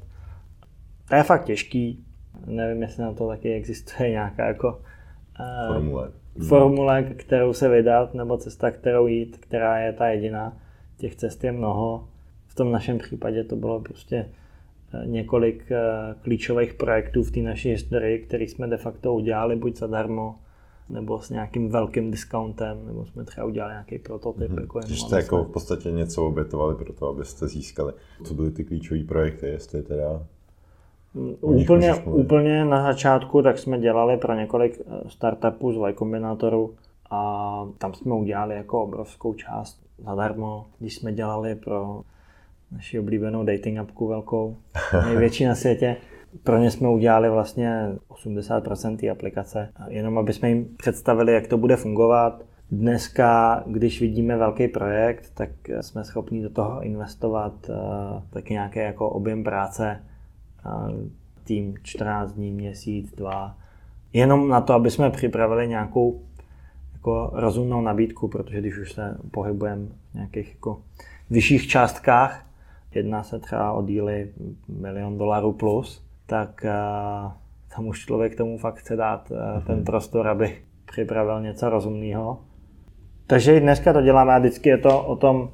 To je fakt těžký, nevím, jestli na to taky existuje nějaká jako e, formule. formule, kterou se vydat, nebo cesta, kterou jít, která je ta jediná. Těch cest je mnoho. V tom našem případě to bylo prostě několik klíčových projektů v té naší historii, které jsme de facto udělali buď zadarmo, nebo s nějakým velkým discountem, nebo jsme třeba udělali nějaký prototyp. Mm-hmm. Jako Když jste jako v podstatě něco obětovali pro to, abyste získali. Co byly ty klíčové projekty, jestli teda... Úplně, úplně na začátku tak jsme dělali pro několik startupů z Y Combinatoru a tam jsme udělali jako obrovskou část zadarmo, když jsme dělali pro naši oblíbenou dating appku velkou, největší na světě. Pro ně jsme udělali vlastně osmdesát procent té aplikace, jenom aby jsme jim představili, jak to bude fungovat. Dneska, když vidíme velký projekt, tak jsme schopni do toho investovat uh, taky nějaký jako objem práce, uh, tým čtrnáct dní, měsíc, dva, jenom na to, aby jsme připravili nějakou jako rozumnou nabídku, protože když už se pohybujeme v nějakých jako vyšších částkách, jedná se třeba o díly milion dolarů plus, tak uh, tam už člověk tomu fakt chce dát uh, ten prostor, aby připravil něco rozumného. Takže i dneska to děláme a vždycky je to o tom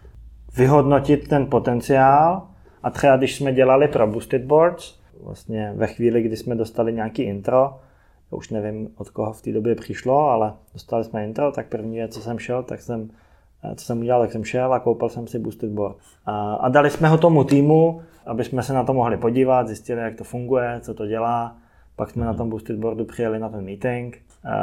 vyhodnotit ten potenciál a třeba když jsme dělali pro Boosted Boards, vlastně ve chvíli, kdy jsme dostali nějaký intro, já už nevím, od koho v té době přišlo, ale dostali jsme intro, tak první věc, co jsem šel, tak jsem, co jsem udělal, tak jsem šel a koupil jsem si Boosted Board. A, a dali jsme ho tomu týmu, aby jsme se na to mohli podívat, zjistili, jak to funguje, co to dělá. Pak jsme na tom Boosted Boardu přijeli na ten meeting.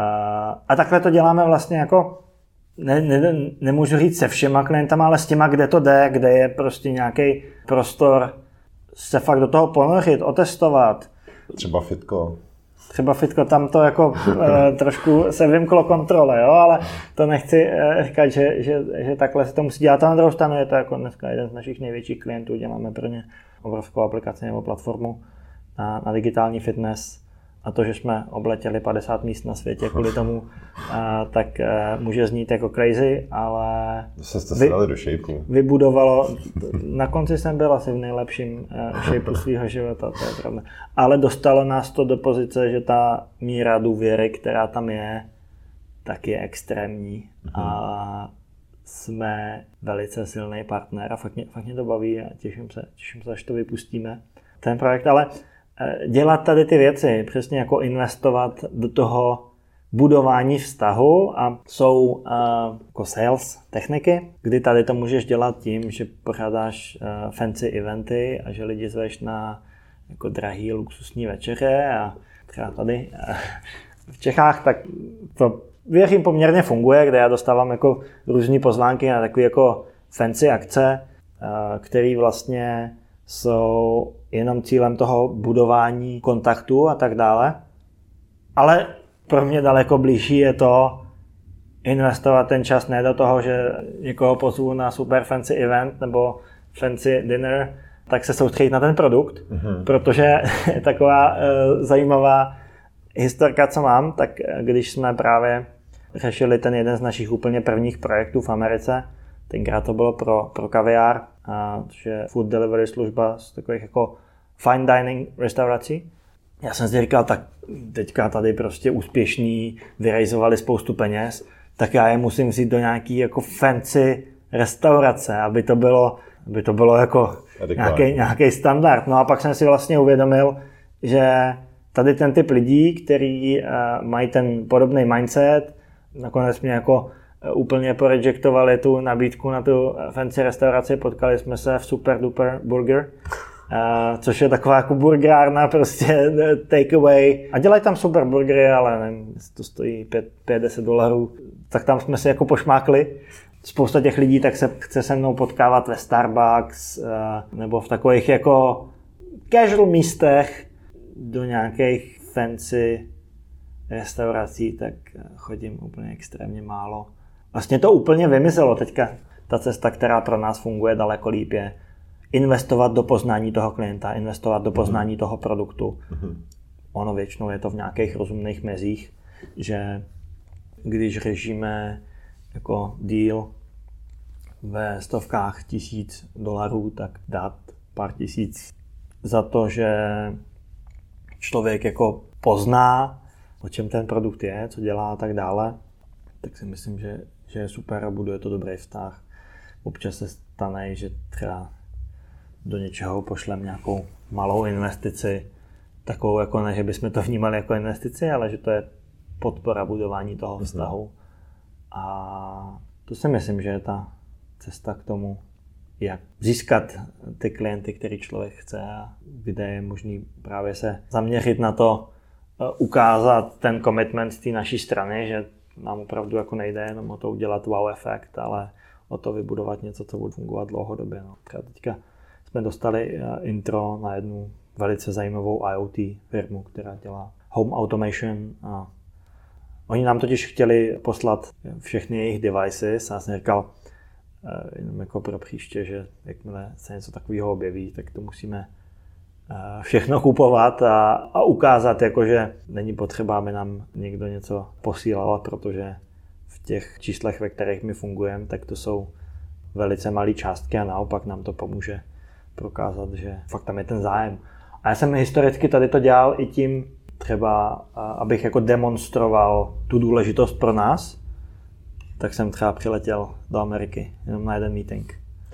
A, a takhle to děláme vlastně jako, ne, ne, nemůžu říct se všema klientama, ale s těma, kde to jde, kde je prostě nějaký prostor se fakt do toho ponořit, otestovat. Třeba Fitko. Třeba Fitko, tam to jako e, trošku se vymklo kontrole, jo, ale to nechci e, říkat, že, že, že takhle se to musí dělat. A na druhou stranu je to jako dneska jeden z našich největších klientů, děláme pro ně obrovskou aplikaci nebo platformu na, na digitální fitness. A to, že jsme obletěli padesát míst na světě kvůli tomu, a, tak a, může znít jako crazy, ale Zase jste se dali do shapeu. Vybudovalo, na konci jsem byl asi v nejlepším shapeu svého života, to je pravda. Ale dostalo nás to do pozice, že ta míra důvěry, která tam je, tak je extrémní. Mhm. A jsme velice silný partner a fakt mě, fakt mě to baví a těším se, těším se, až to vypustíme, ten projekt, ale dělat tady ty věci, přesně jako investovat do toho budování vztahu a jsou uh, jako sales techniky, kdy tady to můžeš dělat tím, že pořádáš uh, fancy eventy a že lidi zveš na jako drahý luxusní večeře a třeba tady uh, v Čechách, tak to věřím poměrně funguje, kde já dostávám jako různé pozvánky na takové jako fancy akce, uh, které vlastně jsou jenom cílem toho budování kontaktu a tak dále. Ale pro mě daleko blížší je to investovat ten čas ne do toho, že někoho pozvu na super fancy event nebo fancy dinner, tak se soustředit na ten produkt, mm-hmm. protože taková e, zajímavá historka, co mám, tak když jsme právě řešili ten jeden z našich úplně prvních projektů v Americe, tenkrát to bylo pro, pro kaviár, a, což je food delivery služba z takových jako fine dining restaurací. Já jsem si říkal, tak teďka tady prostě úspěšní, vyrejzovali spoustu peněz, tak já je musím vzít do nějaký jako fancy restaurace, aby to bylo, aby to bylo jako nějaký, nějaký standard. No a pak jsem si vlastně uvědomil, že tady ten typ lidí, kteří uh, mají ten podobný mindset, nakonec mě jako úplně porejektovali tu nabídku na tu fancy restauraci, potkali jsme se v Super Duper Burger, uh, což je taková jako burgerárna, prostě takeaway. A dělají tam super burgery, ale nevím, to stojí pět deset dolarů, tak tam jsme se jako pošmákli. Spousta těch lidí tak se chce se mnou potkávat ve Starbucks uh, nebo v takových jako casual místech do nějakých fancy restaurací, tak chodím úplně extrémně málo. Vlastně to úplně vymizelo teďka. Ta cesta, která pro nás funguje daleko líp, je investovat do poznání toho klienta, investovat do poznání mm-hmm. toho produktu. Mm-hmm. Ono většinou je to v nějakých rozumných mezích, že když řešíme jako deal ve stovkách tisíc dolarů, tak dát pár tisíc za to, že člověk jako pozná, o čem ten produkt je, co dělá a tak dále, tak si myslím, že, že je super a buduje to dobrý vztah. Občas se stane, že třeba do něčeho pošlem nějakou malou investici, takovou jako ne, že bychom to vnímali jako investici, ale že to je podpora budování toho vztahu. A to si myslím, že je ta cesta k tomu, jak získat ty klienty, který člověk chce a kde je možný právě se zaměřit na to, ukázat ten commitment z té naší strany, že nám opravdu jako nejde jenom o to udělat wow efekt, ale o to vybudovat něco, co bude fungovat dlouhodobě. No. Třeba teďka jsme dostali intro na jednu velice zajímavou IoT firmu, která dělá home automation. A oni nám totiž chtěli poslat všechny jejich devices a já jsem říkal, jenom jako pro příště, že jakmile se něco takového objeví, tak to musíme všechno kupovat a, a ukázat, jakože není potřeba, aby nám někdo něco posílal, protože v těch číslech, ve kterých my fungujeme, tak to jsou velice malé částky a naopak nám to pomůže prokázat, že fakt tam je ten zájem. A já jsem historicky tady to dělal i tím třeba, abych jako demonstroval tu důležitost pro nás, tak jsem třeba přiletěl do Ameriky jenom na jeden meeting.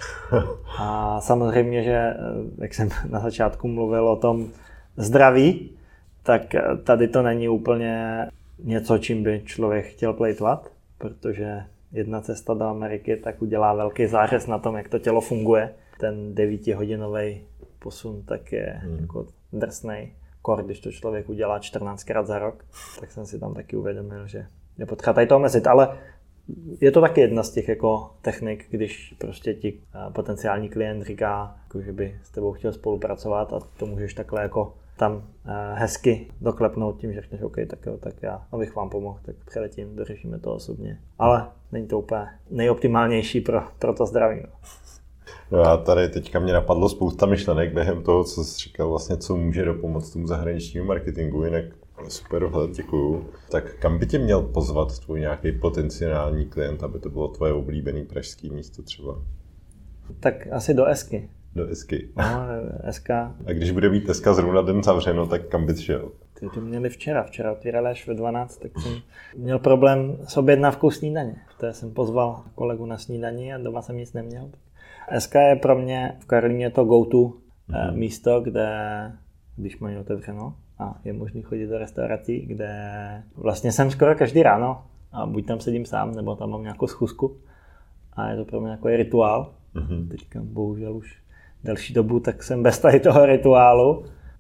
A samozřejmě, že jak jsem na začátku mluvil o tom zdraví, tak tady to není úplně něco, čím by člověk chtěl plejtvat, protože jedna cesta do Ameriky tak udělá velký zářez na tom, jak to tělo funguje. Ten devítihodinový posun tak je hmm. jako drsnej. Kor, když to člověk udělá čtrnáctkrát za rok, tak jsem si tam taky uvědomil, že je potřeba tady to omezit, ale je to taky jedna z těch jako technik, když prostě ti potenciální klient říká, jako, že by s tebou chtěl spolupracovat a to můžeš takhle jako tam hezky doklepnout tím, že řekneš OK, tak jo, tak já, abych vám pomohl, tak přeletím, dořešíme to osobně. Ale není to úplně nejoptimálnější pro, pro to zdraví. No a tady teďka mě napadlo spousta myšlenek během toho, co jsi říkal vlastně, co může dopomoct tomu zahraničnímu marketingu, jinak super vhled, děkuju. Tak kam by tě měl pozvat tvůj nějaký potenciální klient, aby to bylo tvoje oblíbené pražské místo třeba? Tak asi do Esky. Do Esky. No, Eska. A když bude být Eska zrovna den zavřeno, tak kam bys šel? Ty to měli včera, včera otvírali až ve dvanáct, tak jsem měl problém s objednávkou snídaně. To jsem pozval kolegu na snídani a doma jsem nic neměl. Eska je pro mě v Karlíně to go-to mm-hmm. místo, kde, když mají otevřeno a je možný chodit do restaurací, kde vlastně jsem skoro každý ráno a buď tam sedím sám, nebo tam mám nějakou schůzku a je to pro mě jako rituál. Mm-hmm. Teďka bohužel už delší dobu, tak jsem bez tady toho rituálu.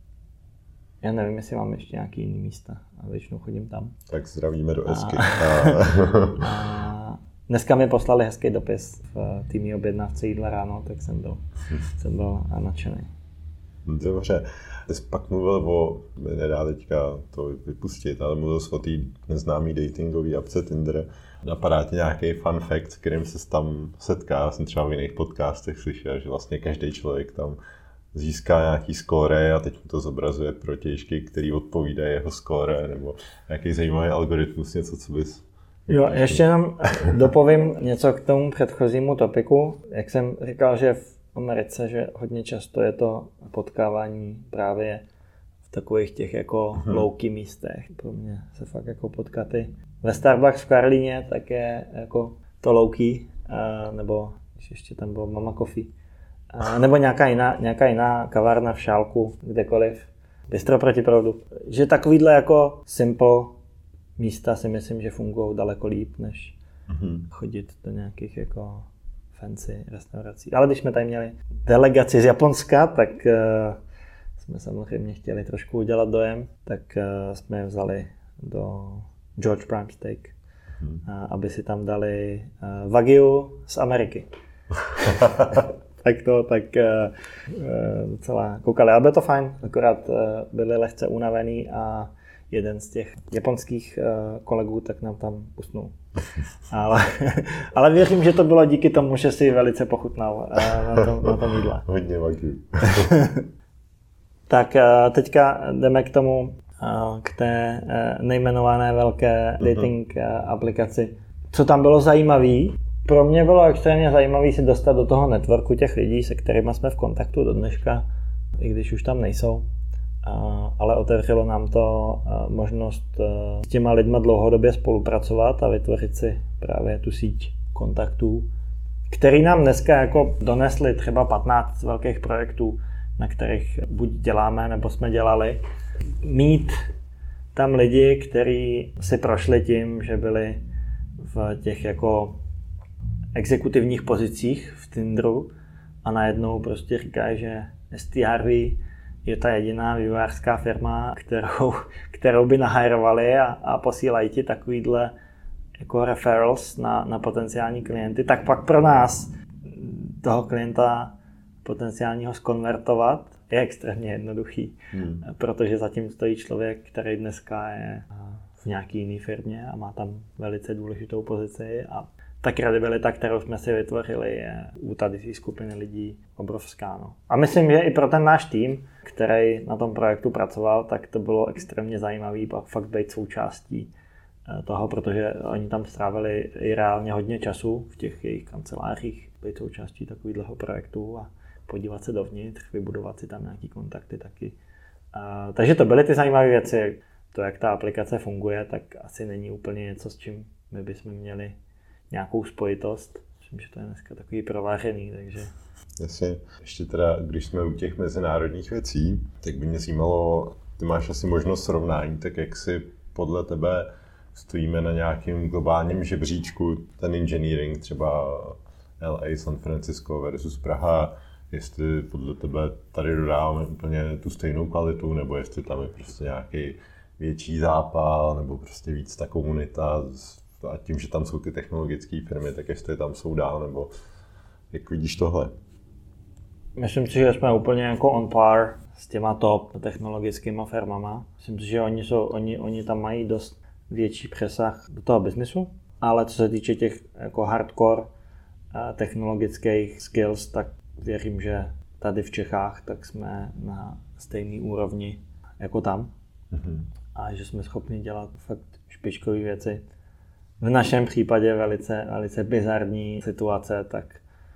Já nevím, jestli mám ještě nějaký jiný místa a většinou chodím tam. Tak zdravíme do Esky. A, a dneska mi poslali hezký dopis v týmí objednávce jídla ráno, tak jsem byl, jsem byl nadšený. Dobře. Ty jsi pak mluvil o, nedá teďka to vypustit, ale mluvil jsi o té neznámý datingové apce Tinder. Napadá ti nějaký fun fact, s kterým se tam setká? Já jsem třeba v jiných podcastech slyšel, že vlastně každý člověk tam získá nějaký skóre a teď mu to zobrazuje protějšky, který odpovídají jeho skóre, nebo nějaký zajímavý algoritmus, něco, co bys... Jo, ještě jenom dopovím něco k tomu předchozímu topiku. Jak jsem říkal, že v Americe, že hodně často je to potkávání právě v takových těch jako hmm. low-key místech. Pro mě se fakt jako potkaty. Ve Starbucks v Karlíně tak je jako to low-key, nebo když ještě tam bylo Mama Coffee, nebo nějaká jiná, nějaká jiná kavárna v Šálku, kdekoliv, bistro proti proudu. Že takovýhle jako simple místa si myslím, že fungují daleko líp, než mm-hmm. chodit do nějakých jako fancy restaurací. Ale když jsme tady měli delegaci z Japonska, tak uh, jsme samozřejmě chtěli trošku udělat dojem, tak uh, jsme je vzali do George Prime Steak, mm. uh, aby si tam dali uh, Wagyu z Ameriky. tak to tak uh, docela koukali. Ale bylo to fajn, akorát uh, byli lehce unavený a jeden z těch japonských uh, kolegů tak nám tam usnul. Ale, ale věřím, že to bylo díky tomu, že si velice pochutnal uh, na tom, na tom jídle. Hodně Wagyu. Tak uh, teďka jdeme k tomu, uh, k té uh, nejmenované velké dating uh, aplikaci. Co tam bylo zajímavé? Pro mě bylo extrémně zajímavé si dostat do toho networku těch lidí, se kterými jsme v kontaktu do dneška, i když už tam nejsou. Ale otevřelo nám to možnost s těma lidma dlouhodobě spolupracovat a vytvořit si právě tu síť kontaktů, který nám dneska jako donesli třeba patnáct velkých projektů, na kterých buď děláme, nebo jsme dělali. Mít tam lidi, kteří si prošli tím, že byli v těch jako exekutivních pozicích v Tinderu a najednou prostě říkají, že S T R V je ta jediná vývojářská firma, kterou, kterou by nahajrovali a, a posílají ti takovýhle jako referrals na, na potenciální klienty, tak pak pro nás toho klienta potenciálního zkonvertovat je extrémně jednoduchý, hmm. protože zatím stojí člověk, který dneska je v nějaký jiný firmě a má tam velice důležitou pozici a ta kredibilita, kterou jsme si vytvořili, je u tady té skupiny lidí obrovská. No. A myslím, že i pro ten náš tým, který na tom projektu pracoval, tak to bylo extrémně zajímavý pak fakt být součástí toho, protože oni tam strávili i reálně hodně času v těch jejich kancelářích, být součástí takového projektu a podívat se dovnitř, vybudovat si tam nějaký kontakty taky. A, takže to byly ty zajímavé věci. To, jak ta aplikace funguje, tak asi není úplně něco, s čím my bychom měli nějakou spojitost. Myslím, že to je dneska takový provářený, takže... Jasně. Ještě teda, když jsme u těch mezinárodních věcí, tak by mě zajímalo, ty máš asi možnost srovnání, tak jak si podle tebe stojíme na nějakém globálním žebříčku, ten engineering, třeba L A, San Francisco versus Praha, jestli podle tebe tady dodáváme úplně tu stejnou kvalitu, nebo jestli tam je prostě nějaký větší zápal, nebo prostě víc ta komunita, a tím, že tam jsou ty technologické firmy, tak jestli tam jsou dál, nebo jak vidíš tohle? Myslím si, že jsme úplně jako on par s těma top technologickými firmama. Myslím si, že oni, jsou, oni, oni tam mají dost větší přesah do toho biznesu, ale co se týče těch jako hardcore technologických skills, tak věřím, že tady v Čechách tak jsme na stejné úrovni jako tam. Mm-hmm. A že jsme schopni dělat fakt špičkové věci. V našem případě velice, velice bizarní situace, tak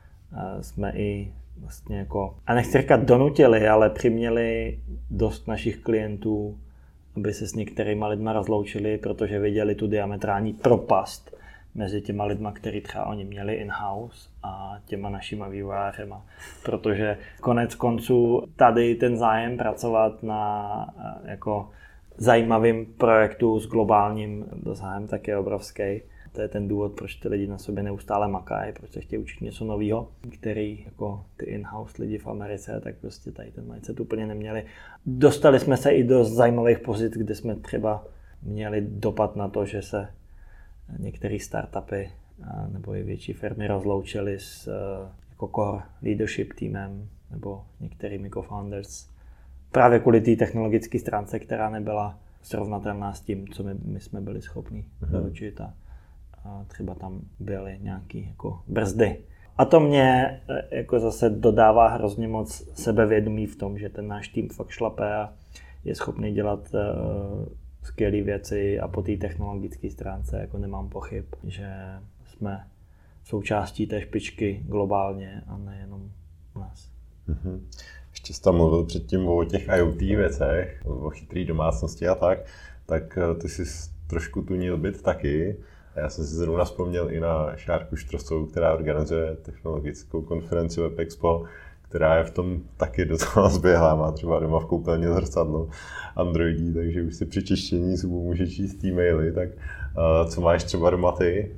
jsme i vlastně jako, a nechci říkat donutili, ale přiměli dost našich klientů, aby se s některýma lidma rozloučili, protože viděli tu diametrální propast mezi těma lidma, který třeba oni měli in-house a těma našima vývojářema. Protože konec konců tady ten zájem pracovat na jako zajímavým projektu s globálním dosahem tak je obrovský. To je ten důvod, proč ty lidi na sobě neustále makají, proč se chtějí učit něco nového, který jako ty in-house lidi v Americe, tak prostě tady ten mindset úplně neměli. Dostali jsme se i do zajímavých pozic, kde jsme třeba měli dopad na to, že se některé startupy nebo i větší firmy rozloučily s jako core leadership týmem nebo některými co-founders. Právě kvůli té technologické stránce, která nebyla srovnatelná s tím, co my, my jsme byli schopni doručit a, a třeba tam byly nějaké jako brzdy. A to mě jako zase dodává hrozně moc sebevědomí v tom, že ten náš tým fakt šlape a je schopný dělat uh, skvělé věci a po té technologické stránce jako nemám pochyb, že jsme součástí té špičky globálně a nejenom u nás. Mm-hmm. Ještě jsi tam mluvil předtím o těch IoT věcech, o chytrý domácnosti a tak, tak ty jsi trošku tunil byt taky. A já jsem si zrovna vzpomněl i na Šárku Štrosovou, která organizuje technologickou konferenci Web Expo, která je v tom taky docela zběhlá, má třeba doma v koupelně zrcadlo Androidí, takže už si při čištění zubů může číst e-maily, tak uh, co máš třeba doma ty?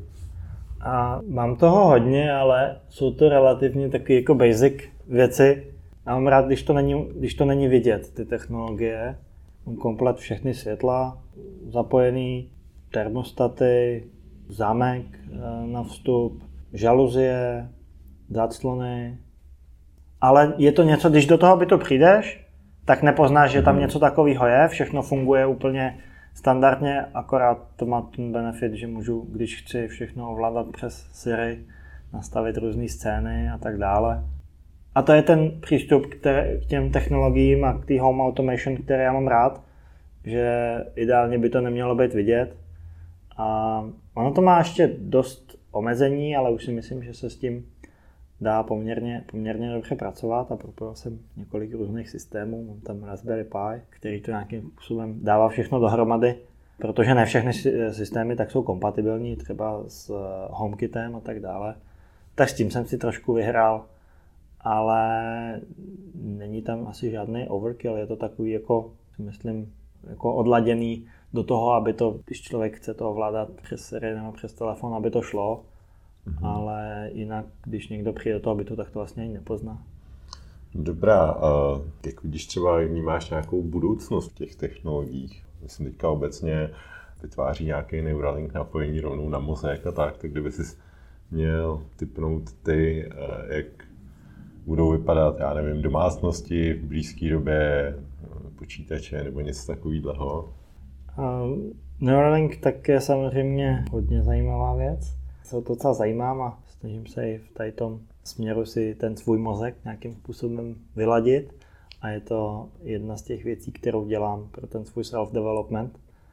A mám toho hodně, ale jsou to relativně takové jako basic věci. Já mám rád, když to není, když to není vidět, ty technologie. Mám komplet všechny světla, zapojený termostaty, zámek na vstup, žaluzie, záclony. Ale je to něco, když do toho bytu přijdeš, tak nepoznáš, že tam něco takového je. Všechno funguje úplně standardně, akorát to má ten benefit, že můžu, když chci všechno ovládat přes Siri, nastavit různé scény a tak dále. A to je ten přístup k, te- k těm technologiím a k té home automation, který já mám rád, že ideálně by to nemělo být vidět. A ono to má ještě dost omezení, ale už si myslím, že se s tím dá poměrně, poměrně dobře pracovat a propojil jsem několik různých systémů. Mám tam Raspberry Pi, který to nějakým způsobem dává všechno dohromady, protože ne všechny systémy tak jsou kompatibilní, třeba s HomeKitem a tak dále. Tak s tím jsem si trošku vyhrál, ale není tam asi žádný overkill, je to takový jako, myslím, jako odladěný do toho, aby to, když člověk chce to ovládat přes Siri nebo přes telefon, aby to šlo. Mm-hmm. Ale jinak, když někdo přijde do toho bytu, tak to vlastně ani nepozná. Dobrá, a jak vidíš třeba, vnímáš nějakou budoucnost v těch technologiích? Myslím teďka obecně vytváří nějaký Neuralink napojení rovnou na mozek a tak, tak kdyby si měl tipnout ty, jak budou vypadat, já nevím, domácnosti v blízké době, počítače nebo něco takového. Um, Neuralink tak je samozřejmě hodně zajímavá věc. Se o to docela zajímám a snažím se i v tady tom směru si ten svůj mozek nějakým způsobem vyladit. A je to jedna z těch věcí, kterou dělám pro ten svůj self-development.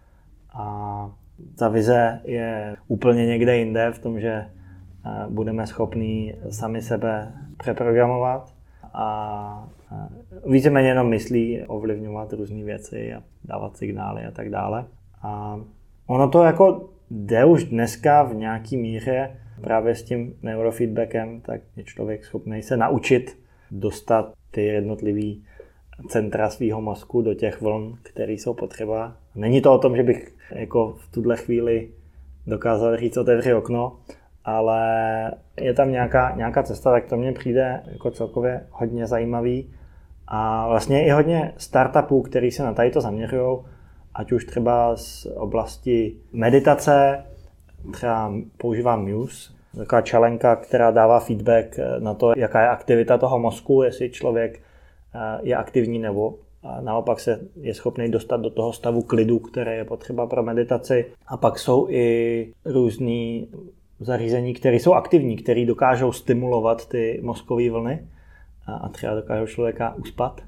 A ta vize je úplně někde jinde v tom, že budeme schopní sami sebe přeprogramovat a víceméně jenom myslí ovlivňovat různé věci a dávat signály a tak dále. A ono to jako jde už dneska v nějaký míře právě s tím neurofeedbackem, tak je člověk schopný se naučit dostat ty jednotlivý centra svého mozku do těch vln, které jsou potřeba. Není to o tom, že bych jako v tuhle chvíli dokázal říct otevři okno, ale je tam nějaká, nějaká cesta, tak to mně přijde jako celkově hodně zajímavý. A vlastně i hodně startupů, který se na tady to zaměřují, ať už třeba z oblasti meditace, třeba používám Muse, taková čelenka, která dává feedback na to, jaká je aktivita toho mozku, jestli člověk je aktivní nebo naopak se je schopný dostat do toho stavu klidu, které je potřeba pro meditaci. A pak jsou i různý zařízení, které jsou aktivní, které dokážou stimulovat ty mozkové vlny a třeba dokážou člověka uspat.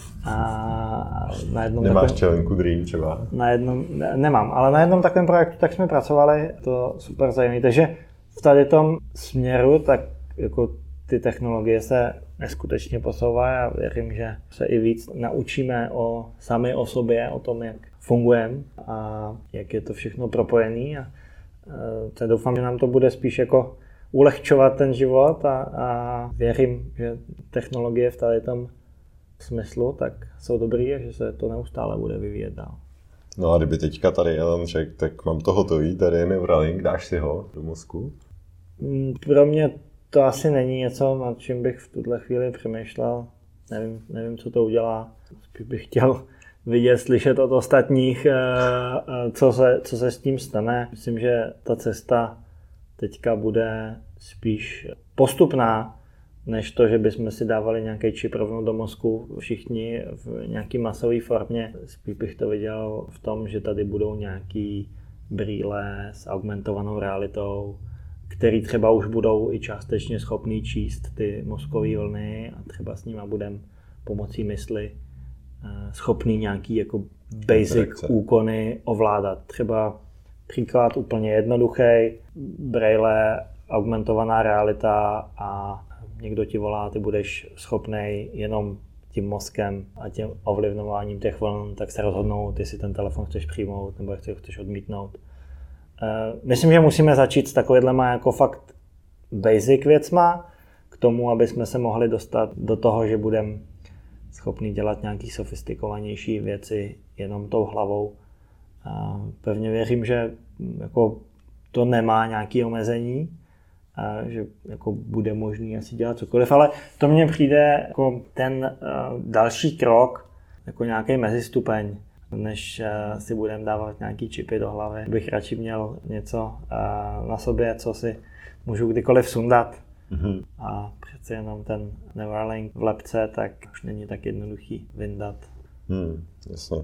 A na jednom Nemáš takovém, čelenku Dream třeba? Na jednom, ne, nemám, ale na jednom takovém projektu tak jsme pracovali, to super zajímavé. Takže v tady tom směru tak jako ty technologie se neskutečně posouvají a věřím, že se i víc naučíme o sami o sobě, o tom, jak fungujeme a jak je to všechno propojené. A to doufám, že nám to bude spíš jako ulehčovat ten život a, a věřím, že technologie v tady tom smyslu tak jsou dobrý a že se to neustále bude vyvíjet dál. No a kdyby teďka tady Elon řekl, tak mám to hotový, tady je Neuralink, dáš si ho do mozku? Pro mě to asi není něco, nad čím bych v tuhle chvíli přemýšlel. Nevím, nevím, co to udělá. Spíš bych chtěl vidět, slyšet od ostatních, co se, co se s tím stane. Myslím, že ta cesta teďka bude spíš postupná, než to, že bychom si dávali nějaký čip rovnou do mozku všichni v nějaký masové formě. Spíš bych to viděl v tom, že tady budou nějaký brýle s augmentovanou realitou, který třeba už budou i částečně schopný číst ty mozkové vlny a třeba s nima budeme pomocí mysli schopný nějaký jako basic Interakce. úkony ovládat. Třeba příklad úplně jednoduchý, brejle, augmentovaná realita a někdo ti volá, ty budeš schopný jenom tím mozkem a tím ovlivňováním těch vln, tak se rozhodnout, jestli ten telefon chceš přijmout nebo jestli ho chceš odmítnout. Myslím, že musíme začít s takovýhlema jako fakt basic věcma k tomu, aby jsme se mohli dostat do toho, že budeme schopni dělat nějaký sofistikovanější věci jenom tou hlavou. Pevně věřím, že jako to nemá nějaké omezení, že jako bude možný asi dělat cokoliv, ale to mně přijde jako ten další krok, jako nějaký mezistupeň, než si budeme dávat nějaký čipy do hlavy. Bych radši měl něco na sobě, co si můžu kdykoliv sundat. Mm-hmm. A přece jenom ten Neuralink v lebce, tak už není tak jednoduchý vyndat. Hmm, jasně.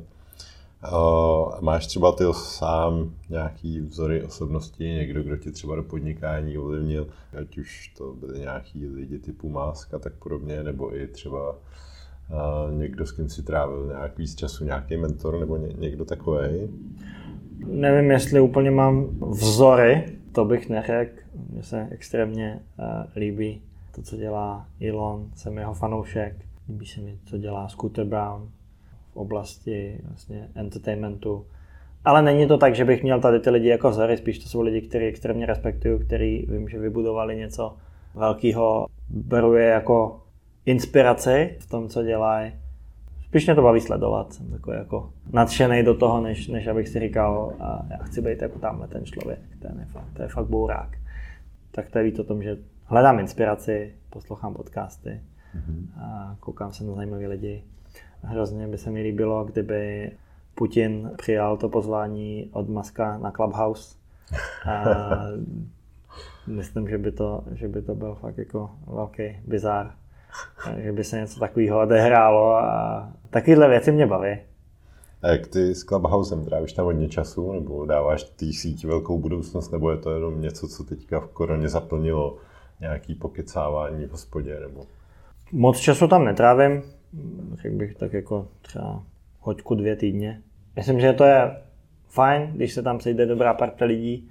Uh, máš třeba ty sám nějaký vzory osobnosti, někdo, kdo ti třeba do podnikání ovlivnil, ať už to byly nějaký lidi typu Musk a tak podobně, nebo i třeba uh, někdo, s kým si trávil nějak víc času, nějaký mentor nebo ně, někdo takovej? Nevím, jestli úplně mám vzory, to bych neřekl. Mně se extrémně uh, líbí to, co dělá Elon, jsem jeho fanoušek. Líbí se mi, co dělá Scooter Brown v oblasti vlastně entertainmentu. Ale není to tak, že bych měl tady ty lidi jako vzory, spíš to jsou lidi, který extrémně respektuju, který vím, že vybudovali něco velkého. Beru je jako inspiraci v tom, co dělají. Spíš mě to baví sledovat, jsem takový jako nadšenej do toho, než, než abych si říkal, a já chci být jako tamhle ten člověk, ten je fakt, to je fakt bourák. Tak to je víc o tom, že hledám inspiraci, poslouchám podcasty mm-hmm. a koukám se na zajímavé lidi. Hrozně by se mi líbilo, kdyby Putin přijal to pozvání od Muska na Clubhouse. A myslím, že by, to, že by to byl fakt jako velký bizár, že by se něco takového odehrálo a takovéhle věci mě baví. A jak ty s Clubhousem trávíš tam hodně času, nebo dáváš té síti velkou budoucnost, nebo je to jenom něco, co teďka v koroně zaplnilo nějaký pokecávání v hospodě, nebo? Moc času tam netrávím, řekl bych tak jako třeba hoďku dvě týdně. Myslím, že to je fajn, když se tam sejde dobrá parta lidí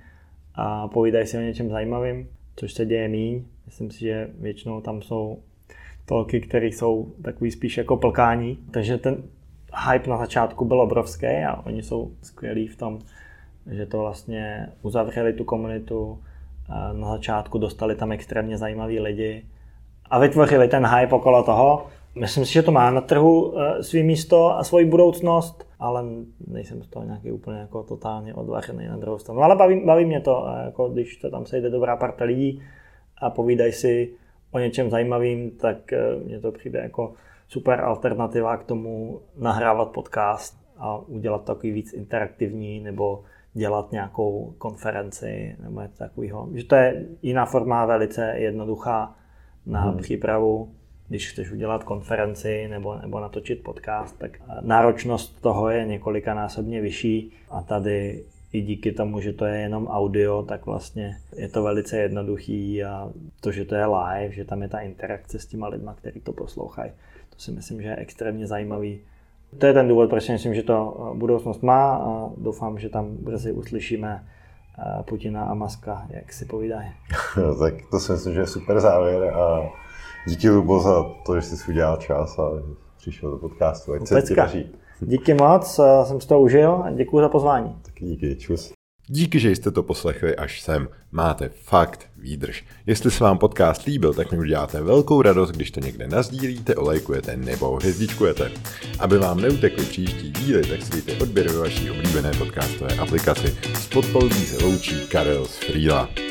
a povídají si o něčem zajímavým, což se děje míň. Myslím si, že většinou tam jsou tolky, které jsou takový spíš jako plkání. Takže ten hype na začátku byl obrovský a oni jsou skvělí v tom, že to vlastně uzavřeli tu komunitu. Na začátku dostali tam extrémně zajímaví lidi a vytvořili ten hype okolo toho. Myslím si, že to má na trhu svý místo a svoji budoucnost, ale nejsem z toho nějaký úplně jako totálně odvařený na druhou stranu. Ale baví, baví mě to, jako když to tam sejde dobrá parta lidí a povídají si o něčem zajímavým, tak mně to přijde jako super alternativa k tomu nahrávat podcast a udělat takový víc interaktivní nebo dělat nějakou konferenci nebo něco takového. Že to je jiná forma, velice jednoduchá na hmm. přípravu. Když chceš udělat konferenci nebo, nebo natočit podcast, tak náročnost toho je několikanásobně vyšší a tady i díky tomu, že to je jenom audio, tak vlastně je to velice jednoduchý a to, že to je live, že tam je ta interakce s těma lidma, kteří to poslouchají, to si myslím, že je extrémně zajímavý. To je ten důvod, proč si myslím, že to budoucnost má a doufám, že tam brzy uslyšíme Putina a Muska, jak si povídají. Tak to si myslím, že je super závěr a díky, Lubo, za to, že jsi udělal čas a přišel do podcastu. Ať se ti daří. Díky moc, jsem si to užil a děkuji za pozvání. Taky díky, čus. Díky, že jste to poslechli až sem. Máte fakt výdrž. Jestli se vám podcast líbil, tak mi uděláte velkou radost, když to někde nazdílíte, olejkujete nebo hvězdičkujete. Aby vám neutekly příští díly, tak si dejte odběr ve vaší oblíbené podcastové aplikaci. Z podpalubí se loučí Karel z Frýla.